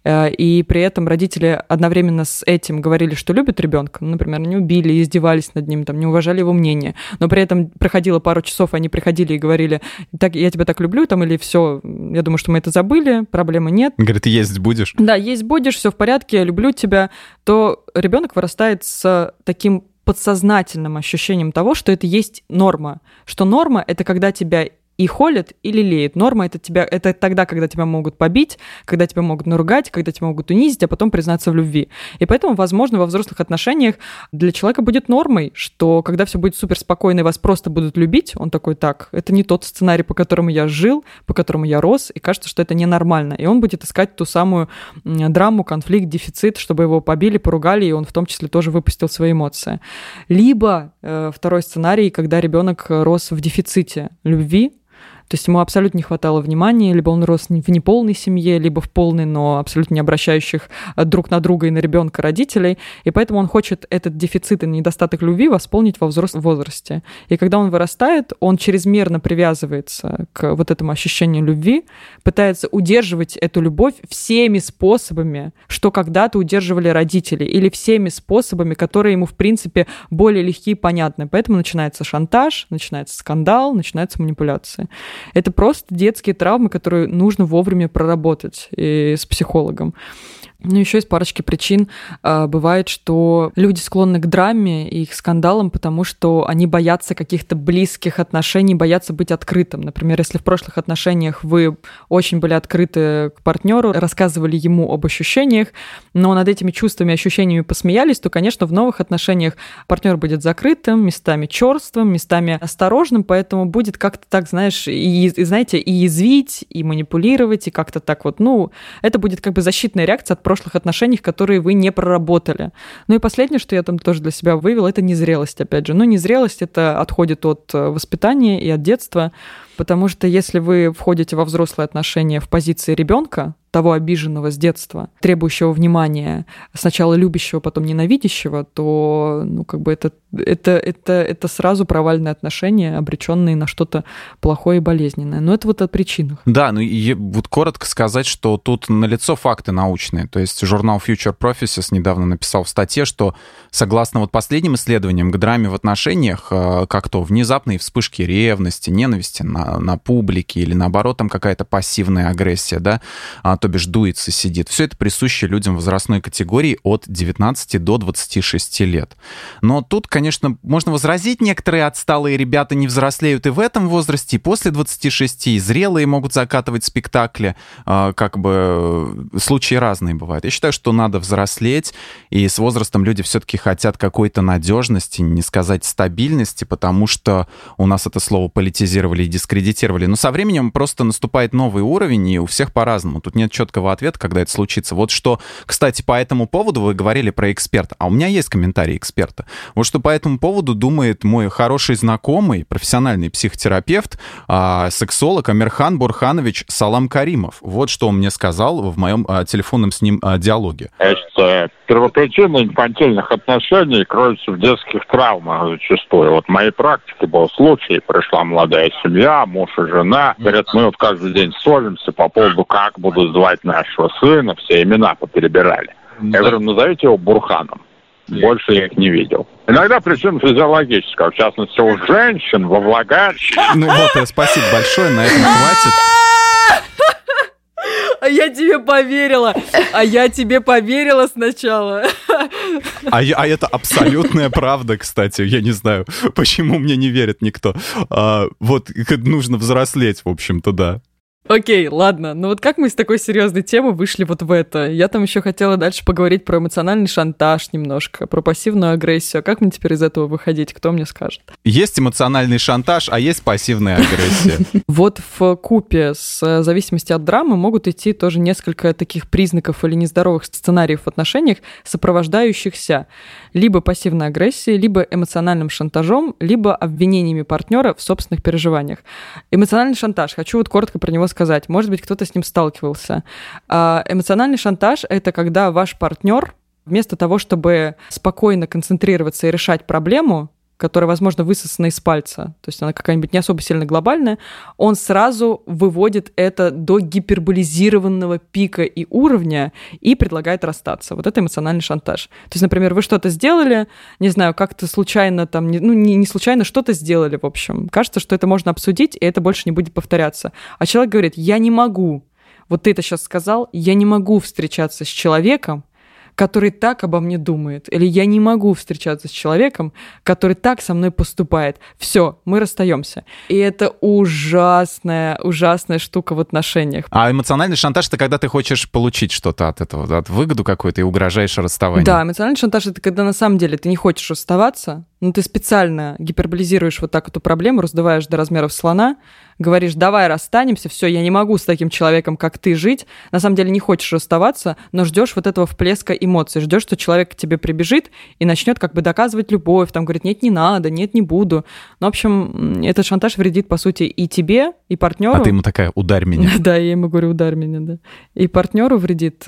Speaker 1: и при этом родители одновременно с этим говорили, что любят ребенка, например, не убили, издевались над ним, не уважали его мнение, но при этом проходило пару часов, они приходили и говорили, так, я тебя так люблю, или все, я думаю, что мы это забыли, проблемы нет.
Speaker 3: Говорит, есть будешь?
Speaker 1: Да, есть будешь, все в порядке, я люблю тебя, то ребенок вырастает с таким подсознательным ощущением того, что это есть норма. Что норма — это когда тебя и холят, и лелеют. Норма — это тогда, когда тебя могут побить, когда тебя могут наругать, когда тебя могут унизить, а потом признаться в любви. И поэтому, возможно, во взрослых отношениях для человека будет нормой, что когда все будет супер спокойно и вас просто будут любить, он такой, так, это не тот сценарий, по которому я жил, по которому я рос, и кажется, что это ненормально. И он будет искать ту самую драму, конфликт, дефицит, чтобы его побили, поругали, и он в том числе тоже выпустил свои эмоции. Либо второй сценарий, когда ребенок рос в дефиците любви, то есть ему абсолютно не хватало внимания, либо он рос в неполной семье, либо в полной, но абсолютно не обращающих друг на друга и на ребенка родителей, и поэтому он хочет этот дефицит и недостаток любви восполнить во взрослом возрасте. И когда он вырастает, он чрезмерно привязывается к вот этому ощущению любви, пытается удерживать эту любовь всеми способами, что когда-то удерживали родители, или всеми способами, которые ему, в принципе, более легкие и понятны. Поэтому начинается шантаж, начинается скандал, начинаются манипуляции. Это просто детские травмы, которые нужно вовремя проработать с психологом. Ну, еще из парочки причин бывает, что люди склонны к драме и к скандалам, потому что они боятся каких-то близких отношений, боятся быть открытым. Например, если в прошлых отношениях вы очень были открыты к партнеру, рассказывали ему об ощущениях, но над этими чувствами и ощущениями посмеялись, то, конечно, в новых отношениях партнер будет закрытым, местами черствым, местами осторожным, поэтому будет как-то так, знаешь, и, знаете, и язвить, и манипулировать, и как-то так вот, это будет как бы защитная реакция от прошлых отношений, которые вы не проработали. Ну и последнее, что я там тоже для себя вывела, это незрелость, опять же. Незрелость — это отходит от воспитания и от детства, потому что если вы входите во взрослые отношения в позиции ребенка, того обиженного с детства, требующего внимания, сначала любящего, потом ненавидящего, то это сразу провальные отношения, обреченные на что-то плохое и болезненное. Но это вот о причинах.
Speaker 3: Да, и вот коротко сказать, что тут налицо факты научные. То есть журнал Future Prophecies недавно написал в статье, что согласно вот последним исследованиям к драме в отношениях, как то внезапные вспышки ревности, ненависти на публике или наоборот там какая-то пассивная агрессия, да, то бишь дуется, сидит. Все это присуще людям возрастной категории от 19 до 26 лет. Но тут, конечно, можно возразить, некоторые отсталые ребята не взрослеют и в этом возрасте, и после 26, и зрелые могут закатывать спектакли. Как бы случаи разные бывают. Я считаю, что надо взрослеть, и с возрастом люди все-таки хотят какой-то надежности, не сказать стабильности, потому что у нас это слово политизировали и дискредитировали. Но со временем просто наступает новый уровень, и у всех по-разному. Тут нет четкого ответа, когда это случится. Вот что, кстати, по этому поводу вы говорили про эксперта, а у меня есть комментарий эксперта. Вот что по этому поводу думает мой хороший знакомый, профессиональный психотерапевт, сексолог Амирхан Бурханович Салам Каримов. Вот что он мне сказал в моем телефонном с ним диалоге.
Speaker 4: Первопричина инфантильных отношений кроется в детских травмах зачастую. Вот в моей практике был случай, пришла молодая семья, муж и жена. Говорят, мы вот каждый день ссоримся по поводу, как буду звать нашего сына, все имена поперебирали. Я говорю, назовите его Бурханом. Больше я их не видел. Иногда причина физиологическая, в частности, у женщин во влагалище.
Speaker 3: Спасибо большое, на этом хватит.
Speaker 1: А я тебе поверила сначала.
Speaker 3: А это абсолютная правда, кстати. Я не знаю, почему мне не верит никто. Вот нужно взрослеть, в общем-то, да.
Speaker 1: Окей, ладно. Вот как мы с такой серьезной темы вышли вот в это? Я там еще хотела дальше поговорить про эмоциональный шантаж немножко, про пассивную агрессию. А как мне теперь из этого выходить? Кто мне скажет?
Speaker 3: Есть эмоциональный шантаж, а есть пассивная агрессия.
Speaker 1: Вот в купе с зависимостью от драмы могут идти тоже несколько таких признаков или нездоровых сценариев в отношениях, сопровождающихся либо пассивной агрессией, либо эмоциональным шантажом, либо обвинениями партнера в собственных переживаниях. Эмоциональный шантаж. Хочу вот коротко про него сказать. Может быть, кто-то с ним сталкивался. Эмоциональный шантаж — это когда ваш партнер вместо того, чтобы спокойно концентрироваться и решать проблему, которая, возможно, высосана из пальца, то есть она какая-нибудь не особо сильно глобальная, он сразу выводит это до гиперболизированного пика и уровня и предлагает расстаться. Вот это эмоциональный шантаж. То есть, например, вы что-то сделали, не знаю, как-то случайно там, не случайно что-то сделали, в общем. Кажется, что это можно обсудить, и это больше не будет повторяться. А человек говорит, я не могу, вот ты это сейчас сказал, я не могу встречаться с человеком, который так обо мне думает, или я не могу встречаться с человеком, который так со мной поступает. Все, мы расстаемся. И это ужасная штука в отношениях.
Speaker 3: А эмоциональный шантаж — это когда ты хочешь получить что-то от этого, от выгоду какую-то, и угрожаешь расставанием.
Speaker 1: Да, эмоциональный шантаж — это когда на самом деле ты не хочешь расставаться, но ты специально гиперболизируешь вот так эту проблему, раздуваешь до размеров слона, говоришь, давай расстанемся, все, я не могу с таким человеком, как ты, жить. На самом деле не хочешь расставаться, но ждешь вот этого всплеска эмоций, ждешь, что человек к тебе прибежит и начнет как бы доказывать любовь, там говорит, нет, не надо, нет, не буду. Ну, в общем, этот шантаж вредит, по сути, и тебе, и партнеру.
Speaker 3: А ты ему такая, ударь меня.
Speaker 1: Да, я ему говорю, ударь меня, да. И партнеру вредит,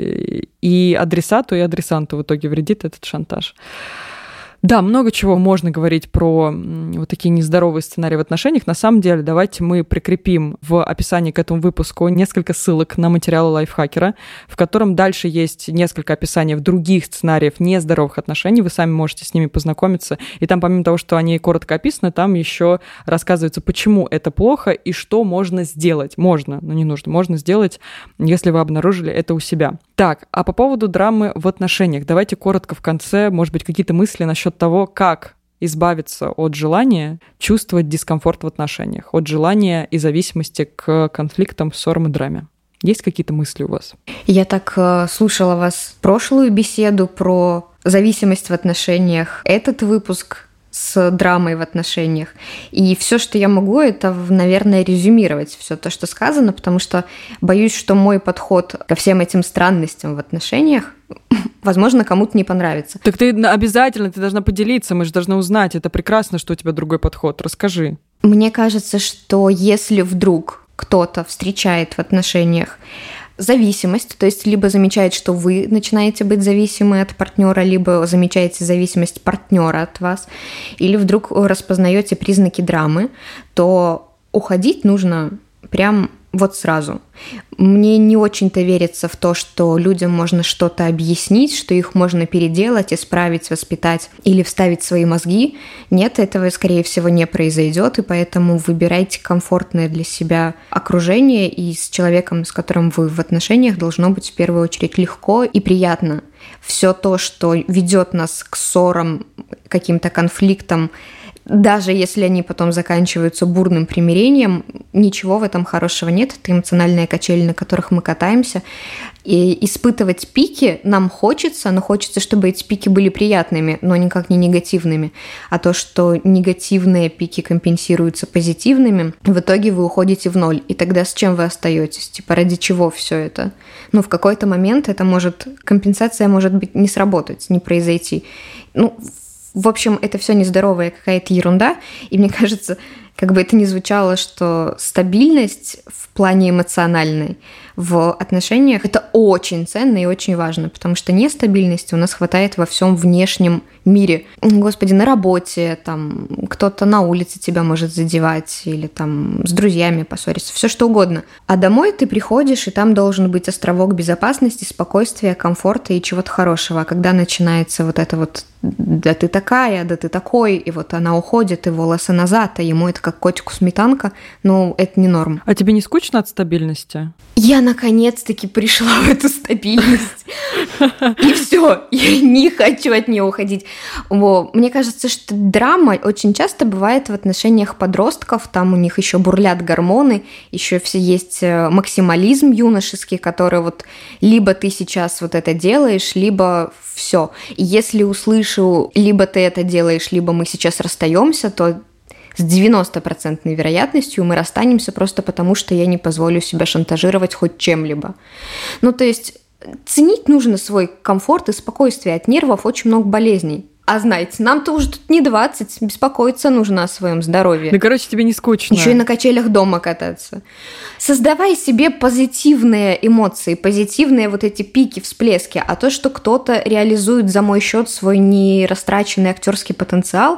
Speaker 1: и адресату, и адресанту в итоге вредит этот шантаж. Да, много чего можно говорить про вот такие нездоровые сценарии в отношениях. На самом деле, давайте мы прикрепим в описании к этому выпуску несколько ссылок на материалы лайфхакера, в котором дальше есть несколько описаний других сценариев нездоровых отношений. Вы сами можете с ними познакомиться. И там, помимо того, что они коротко описаны, там еще рассказывается, почему это плохо и что можно сделать. Можно, но не нужно. Можно сделать, если вы обнаружили это у себя. Так, а по поводу драмы в отношениях. Давайте коротко в конце, может быть, какие-то мысли насчет того, как избавиться от желания чувствовать дискомфорт в отношениях, от желания и зависимости к конфликтам, ссорам и драме. Есть какие-то мысли у вас?
Speaker 2: Я так слушала вас прошлую беседу про зависимость в отношениях. Этот выпуск с драмой в отношениях. И все, что я могу, это, наверное, резюмировать все то, что сказано, потому что боюсь, что мой подход ко всем этим странностям в отношениях, возможно, кому-то не понравится.
Speaker 1: Так ты обязательно, ты должна поделиться, мы же должны узнать. Это прекрасно, что у тебя другой подход. Расскажи.
Speaker 2: Мне кажется, что если вдруг кто-то встречает в отношениях зависимость, то есть либо замечает, что вы начинаете быть зависимы от партнера, либо замечаете зависимость партнера от вас, или вдруг распознаете признаки драмы, то уходить нужно прям вот сразу. Мне не очень-то верится в то, что людям можно что-то объяснить, что их можно переделать, исправить, воспитать или вставить в свои мозги. Нет, этого, скорее всего, не произойдет, и поэтому выбирайте комфортное для себя окружение, и с человеком, с которым вы в отношениях, должно быть в первую очередь легко и приятно. Все то, что ведет нас к ссорам, каким-то конфликтам, даже если они потом заканчиваются бурным примирением, ничего в этом хорошего нет. Это эмоциональные качели, на которых мы катаемся. И испытывать пики нам хочется, но хочется, чтобы эти пики были приятными, но никак не негативными. А то, что негативные пики компенсируются позитивными, в итоге вы уходите в ноль. И тогда с чем вы остаетесь? Типа, ради чего все это? Ну, в какой-то момент компенсация может быть не сработать, не произойти. В общем, это все нездоровая какая-то ерунда, и мне кажется, как бы это ни звучало, что стабильность в плане эмоциональной в отношениях – это очень ценно и очень важно, потому что нестабильности у нас хватает во всем внешнем мире. Господи, на работе, там, кто-то на улице тебя может задевать или там с друзьями поссориться, все что угодно. А домой ты приходишь, и там должен быть островок безопасности, спокойствия, комфорта и чего-то хорошего. А когда начинается вот это вот «да ты такая, да ты такой», и вот она уходит, и волосы назад, а ему это как котику сметанка, это не норм.
Speaker 1: А тебе не скучно от стабильности?
Speaker 2: Я наконец-таки пришла в эту стабильность. И все, я не хочу от нее уходить. Мне кажется, что драма очень часто бывает в отношениях подростков, там у них еще бурлят гормоны, еще все есть максимализм юношеский, который вот либо ты сейчас вот это делаешь, либо все. И если услышу, либо ты это делаешь, либо мы сейчас расстаемся, то с 90% вероятностью мы расстанемся просто потому, что я не позволю себя шантажировать хоть чем-либо. То есть ценить нужно свой комфорт и спокойствие. От нервов очень много болезней. А знаете, нам-то уже тут не 20, беспокоиться нужно о своем здоровье.
Speaker 1: Да, короче, тебе не скучно.
Speaker 2: Еще и на качелях дома кататься. Создавай себе позитивные эмоции, позитивные вот эти пики, всплески. А то, что кто-то реализует за мой счет свой нерастраченный актерский потенциал,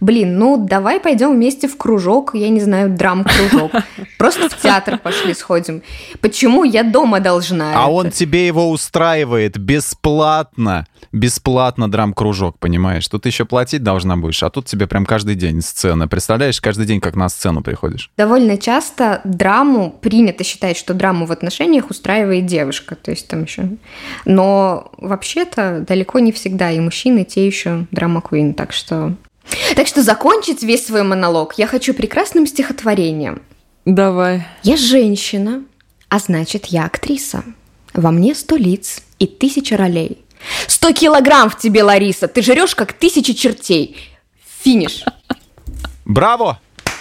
Speaker 2: давай пойдем вместе в кружок, я не знаю, драм-кружок. Просто в театр пошли сходим. Почему я дома должна?
Speaker 3: А он тебе его устраивает бесплатно. Бесплатно драм-кружок, понимаешь? Тут еще платить должна будешь, а тут тебе прям каждый день сцена. Представляешь, каждый день как на сцену приходишь.
Speaker 2: Довольно часто драму принято считать, что драму в отношениях устраивает девушка, то есть там еще. Но вообще-то далеко не всегда и мужчины те еще драма-квин, так что закончить весь свой монолог я хочу прекрасным стихотворением.
Speaker 1: Давай.
Speaker 2: Я женщина, а значит, я актриса. Во мне 100 лиц и 1000 ролей. 100 килограмм в тебе, Лариса, ты жрешь как 1000 чертей. Финиш.
Speaker 3: Браво!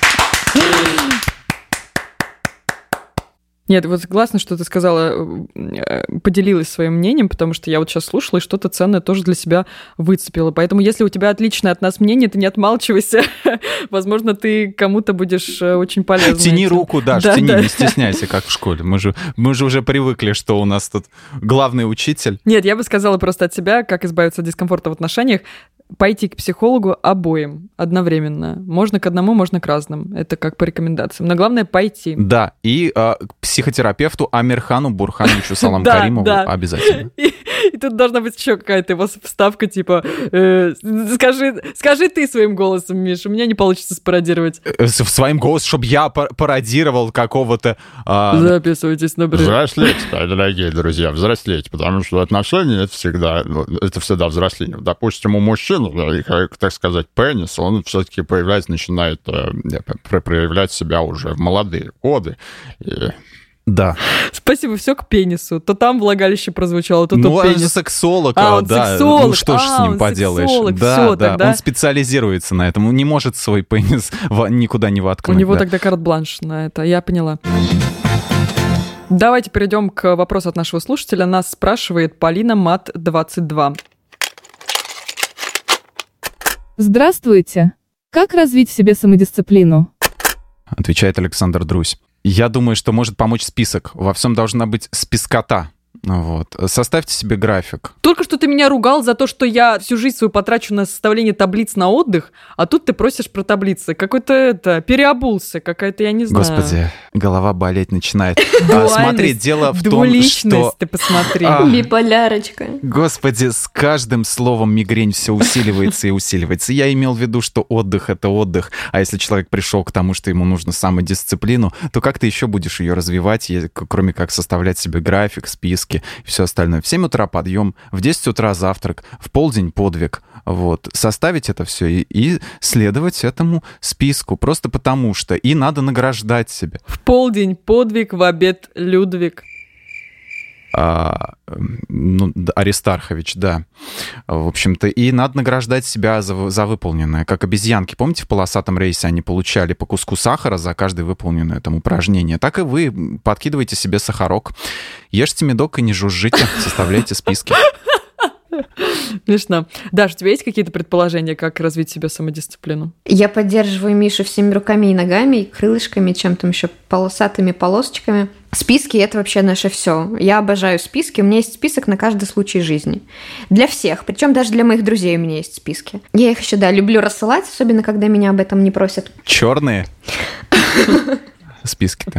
Speaker 1: Нет, вот классно, что ты сказала, поделилась своим мнением, потому что я вот сейчас слушала и что-то ценное тоже для себя выцепила. Поэтому если у тебя отличное от нас мнение, ты не отмалчивайся. Возможно, ты кому-то будешь очень полезна.
Speaker 3: Тяни руку, Даш, тяни, не стесняйся, как в школе. Мы же уже привыкли, что у нас тут главный учитель.
Speaker 1: Нет, я бы сказала просто от себя, как избавиться от дискомфорта в отношениях. Пойти к психологу обоим одновременно. Можно к одному, можно к разным. Это как по рекомендациям. Но главное — пойти.
Speaker 3: Да, и к психотерапевту Амирхану Бурхановичу Салам Каримову обязательно.
Speaker 1: И тут должна быть еще какая-то его вставка, типа скажи ты своим голосом, Миш, у меня не получится спародировать.
Speaker 3: Своим голосом, чтобы я пародировал какого-то...
Speaker 1: Записывайтесь на бред.
Speaker 5: Взрослеть, дорогие друзья, взрослеть, потому что отношения — это всегда взросление. Допустим, у мужчин, так сказать, пенис, он все-таки начинает проявлять себя уже в молодые годы. И
Speaker 3: Да.
Speaker 1: Спасибо, все к пенису. То там влагалище прозвучало, то
Speaker 3: Ну,
Speaker 1: то
Speaker 3: он
Speaker 1: пенис.
Speaker 3: же сексолог,
Speaker 1: он
Speaker 3: да.
Speaker 1: сексолог.
Speaker 3: Ну, что ж с ним
Speaker 1: он
Speaker 3: поделаешь?
Speaker 1: сексолог.
Speaker 3: Да,
Speaker 1: Всё,
Speaker 3: да.
Speaker 1: тогда...
Speaker 3: Он специализируется на этом. Он не может свой пенис никуда не
Speaker 1: У
Speaker 3: воткнуть.
Speaker 1: него
Speaker 3: да.
Speaker 1: тогда карт-бланш на это, я поняла. Давайте перейдем к вопросу от нашего слушателя. Нас спрашивает Полина Мат 22.
Speaker 6: Здравствуйте. Как развить в себе самодисциплину?
Speaker 3: Отвечает Александр Друзь. Я думаю, что может помочь список. Во всем должна быть спискота. Вот. Составьте себе график.
Speaker 1: Только что ты меня ругал за то, что я всю жизнь свою потрачу на составление таблиц на отдых, а тут ты просишь про таблицы. Какой-то переобулся, какая-то, я не знаю.
Speaker 3: Господи, голова болеть начинает.
Speaker 1: Дуальность,
Speaker 3: Смотри, дело в том,
Speaker 1: двуличность,
Speaker 3: что...
Speaker 1: ты посмотри.
Speaker 2: Биполярочка.
Speaker 3: Господи, с каждым словом мигрень все усиливается и усиливается. Я имел в виду, что отдых — это отдых. А если человек пришел к тому, что ему нужно самодисциплину, то как ты еще будешь ее развивать, кроме как составлять себе график, списки и все остальное? В 7 утра подъем, в 10 утра завтрак, в полдень подвиг. Вот. Составить это все и следовать этому списку. Просто потому что. И надо награждать себя.
Speaker 1: В полдень подвиг, в обед Людвиг.
Speaker 3: Аристархович, да. В общем-то, и надо награждать себя за выполненное. Как обезьянки, помните, в полосатом рейсе они получали по куску сахара за каждое выполненное там упражнение? Так и вы подкидываете себе сахарок. Ешьте медок и не жужжите, составляйте списки.
Speaker 1: Смешно. Даша, у тебя есть какие-то предположения, как развить себе самодисциплину?
Speaker 2: Я поддерживаю Мишу всеми руками и ногами, и крылышками, чем там еще, полосатыми полосочками. Списки — это вообще наше все. Я обожаю списки. У меня есть список на каждый случай жизни. Для всех. Причем даже для моих друзей у меня есть списки. Я их еще, люблю рассылать, особенно когда меня об этом не просят.
Speaker 3: Черные списки-то.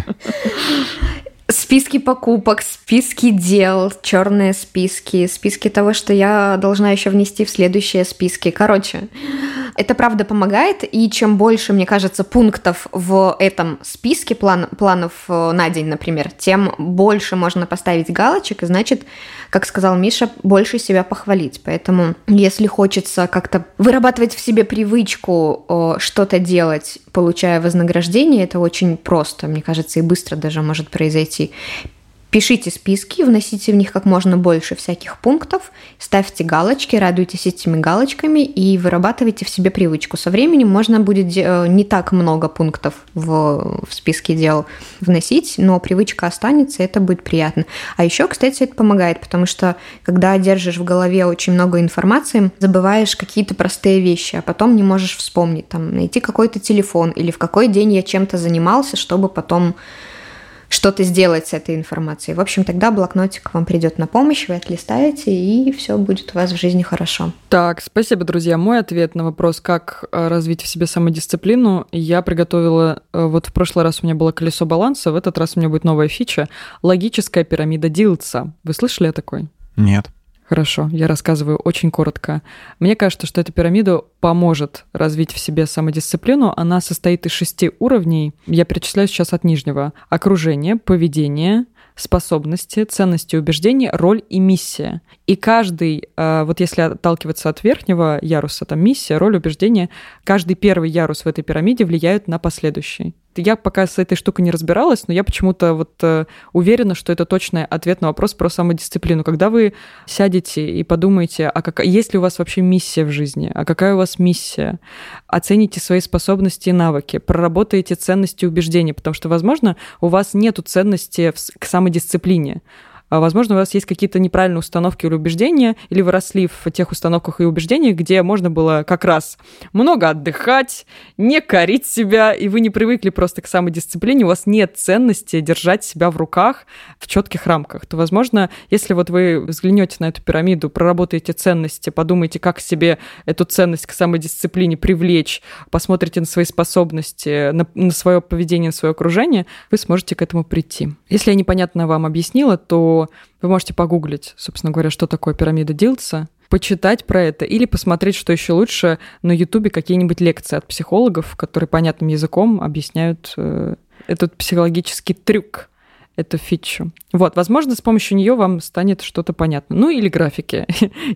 Speaker 2: Списки покупок, списки дел, черные списки, списки того, что я должна еще внести в следующие списки. Короче, это правда помогает, и чем больше, мне кажется, пунктов в этом списке, планов на день, например, тем больше можно поставить галочек, и значит, как сказал Миша, больше себя похвалить. Поэтому, если хочется как-то вырабатывать в себе привычку что-то делать, получая вознаграждение, это очень просто, мне кажется, и быстро даже может произойти. Пишите списки, вносите в них как можно больше всяких пунктов, ставьте галочки, радуйтесь этими галочками и вырабатывайте в себе привычку. Со временем можно будет не так много пунктов в списке дел вносить, но привычка останется, и это будет приятно. А еще, кстати, это помогает, потому что когда держишь в голове очень много информации, забываешь какие-то простые вещи, а потом не можешь вспомнить, найти какой-то телефон или в какой день я чем-то занимался, чтобы потом что-то сделать с этой информацией. В общем, тогда блокнотик вам придет на помощь, вы отлистаете, и все будет у вас в жизни хорошо.
Speaker 1: Так, спасибо, друзья. Мой ответ на вопрос, как развить в себе самодисциплину, я приготовила... Вот в прошлый раз у меня было колесо баланса, в этот раз у меня будет новая фича — логическая пирамида Дилтса. Вы слышали о такой?
Speaker 3: Нет.
Speaker 1: Хорошо, я рассказываю очень коротко. Мне кажется, что эта пирамида поможет развить в себе самодисциплину. Она состоит из 6 уровней. Я перечисляю сейчас от нижнего. Окружение, поведение, способности, ценности, убеждения, роль и миссия. И каждый, вот если отталкиваться от верхнего яруса, там миссия, роль, убеждение, каждый первый ярус в этой пирамиде влияет на последующий. Я пока с этой штукой не разбиралась, но я почему-то уверена, что это точный ответ на вопрос про самодисциплину. Когда вы сядете и подумаете, есть ли у вас вообще миссия в жизни, а какая у вас миссия, оцените свои способности и навыки, проработаете ценности и убеждения, потому что, возможно, у вас нету ценности к самодисциплине. Возможно, у вас есть какие-то неправильные установки или убеждения, или вы росли в тех установках и убеждениях, где можно было как раз много отдыхать, не корить себя, и вы не привыкли просто к самодисциплине, у вас нет ценности держать себя в руках в четких рамках. То, возможно, если вы взглянете на эту пирамиду, проработаете ценности, подумаете, как себе эту ценность к самодисциплине привлечь, посмотрите на свои способности, на свое поведение, на свое окружение, вы сможете к этому прийти. Если я непонятно вам объяснила, то вы можете погуглить, собственно говоря, что такое пирамида Дилтса, почитать про это или посмотреть, что еще лучше, на Ютубе какие-нибудь лекции от психологов, которые понятным языком объясняют этот психологический трюк, эту фичу. Возможно, с помощью нее вам станет что-то понятно. Или графики,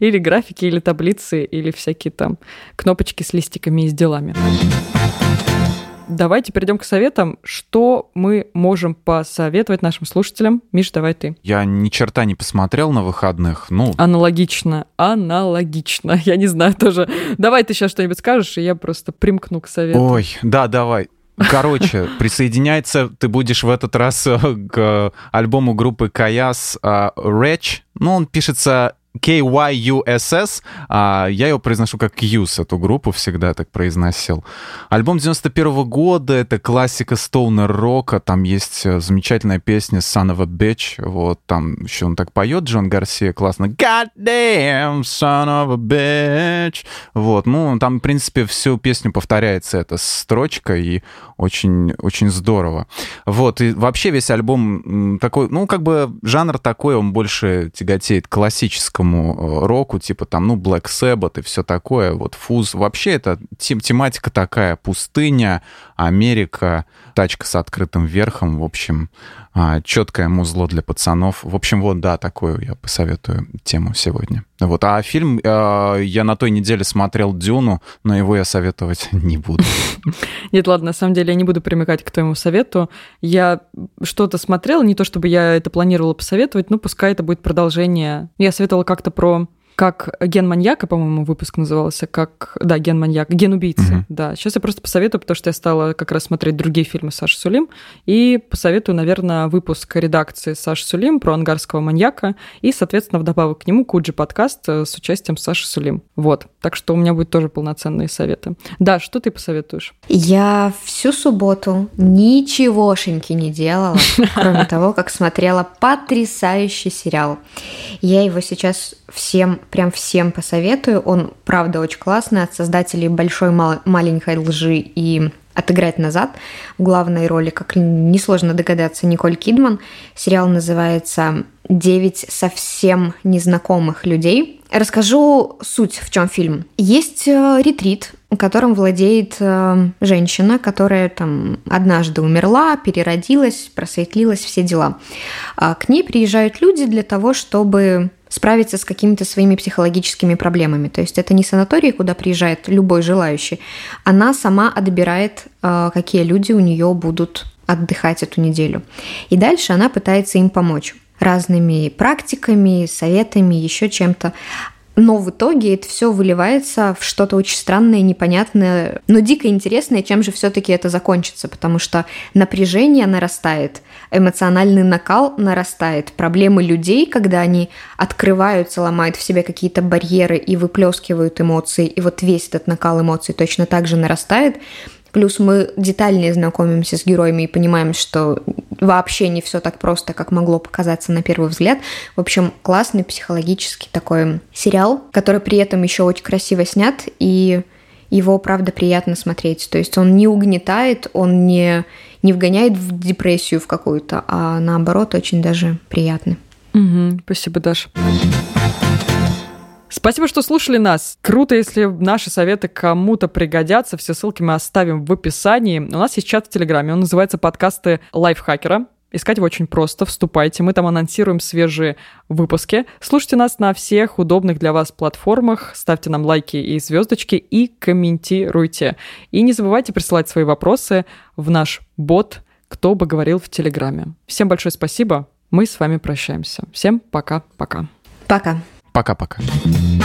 Speaker 1: или таблицы, или всякие там кнопочки с листиками и с делами. давайте перейдем к советам. Что мы можем посоветовать нашим слушателям? Миш, давай ты.
Speaker 3: Я ни черта не посмотрел на выходных.
Speaker 1: Аналогично. Я не знаю тоже. Давай ты сейчас что-нибудь скажешь, и я просто примкну к совету.
Speaker 3: Ой, да, давай. Короче, присоединяться ты будешь в этот раз к альбому группы Каяс Wretch. Он пишется K-Y-U-S-S, я его произношу как Кьюс, эту группу всегда так произносил. Альбом 91-го года, это классика стоунер-рока, там есть замечательная песня «Son of a Bitch», вот, там еще он так поет, Джон Гарсия, классно, God damn, son of a bitch, вот, там, в принципе, всю песню повторяется эта строчка, и очень, очень здорово. Вот, и вообще весь альбом такой, жанр такой, он больше тяготеет к классическому року, типа там, Black Sabbath и все такое, вот Фуз. Вообще это тематика такая, пустыня, Америка, тачка с открытым верхом, в общем, четкое музло для пацанов. В общем, вот, да, такую я посоветую тему сегодня. Вот, а фильм я на той неделе смотрел «Дюну», но его я советовать не буду.
Speaker 1: Нет, ладно, на самом деле я не буду примыкать к твоему совету. Я что-то смотрела, не то чтобы я это планировала посоветовать, но пускай это будет продолжение. Я советовала как-то как «Ген маньяка», по-моему, выпуск назывался, «Ген маньяк», «Ген убийцы», да. Сейчас я просто посоветую, потому что я стала как раз смотреть другие фильмы Саши Сулим, и посоветую, наверное, выпуск редакции Саши Сулим про ангарского маньяка, и, соответственно, вдобавок к нему Куджи подкаст с участием Саши Сулим. Вот, так что у меня будут тоже полноценные советы. Да, что ты посоветуешь?
Speaker 2: Я всю субботу ничегошеньки не делала, кроме того, как смотрела потрясающий сериал. Я его сейчас всем посоветую. Он, правда, очень классный, от создателей «Большой маленькой лжи» и «Отыграть назад». В главной роли, как несложно догадаться, Николь Кидман. Сериал называется «9 совсем незнакомых людей». Расскажу суть, в чем фильм. Есть ретрит, которым владеет женщина, которая там однажды умерла, переродилась, просветлилась, все дела. К ней приезжают люди для того, чтобы справиться с какими-то своими психологическими проблемами. То есть это не санаторий, куда приезжает любой желающий. Она сама отбирает, какие люди у нее будут отдыхать эту неделю. И дальше она пытается им помочь разными практиками, советами, еще чем-то. Но в итоге это все выливается в что-то очень странное, непонятное, но дико интересное, чем же все-таки это закончится, потому что напряжение нарастает, эмоциональный накал нарастает, проблемы людей, когда они открываются, ломают в себе какие-то барьеры и выплескивают эмоции, и вот весь этот накал эмоций точно так же нарастает. Плюс мы детальнее знакомимся с героями и понимаем, что вообще не все так просто, как могло показаться на первый взгляд. В общем, классный психологический такой сериал, который при этом еще очень красиво снят, и его, правда, приятно смотреть. То есть он не угнетает, он не вгоняет в депрессию в какую-то, а наоборот, очень даже приятный.
Speaker 1: Спасибо, Даша. Спасибо, что слушали нас. Круто, если наши советы кому-то пригодятся. Все ссылки мы оставим в описании. У нас есть чат в Телеграме. Он называется «Подкасты лайфхакера». Искать его очень просто. Вступайте. Мы там анонсируем свежие выпуски. Слушайте нас на всех удобных для вас платформах. Ставьте нам лайки и звездочки и комментируйте. И не забывайте присылать свои вопросы в наш бот «Кто бы говорил» в Телеграме. Всем большое спасибо. Мы с вами прощаемся. Всем пока-пока.
Speaker 2: Пока.
Speaker 3: Пока-пока.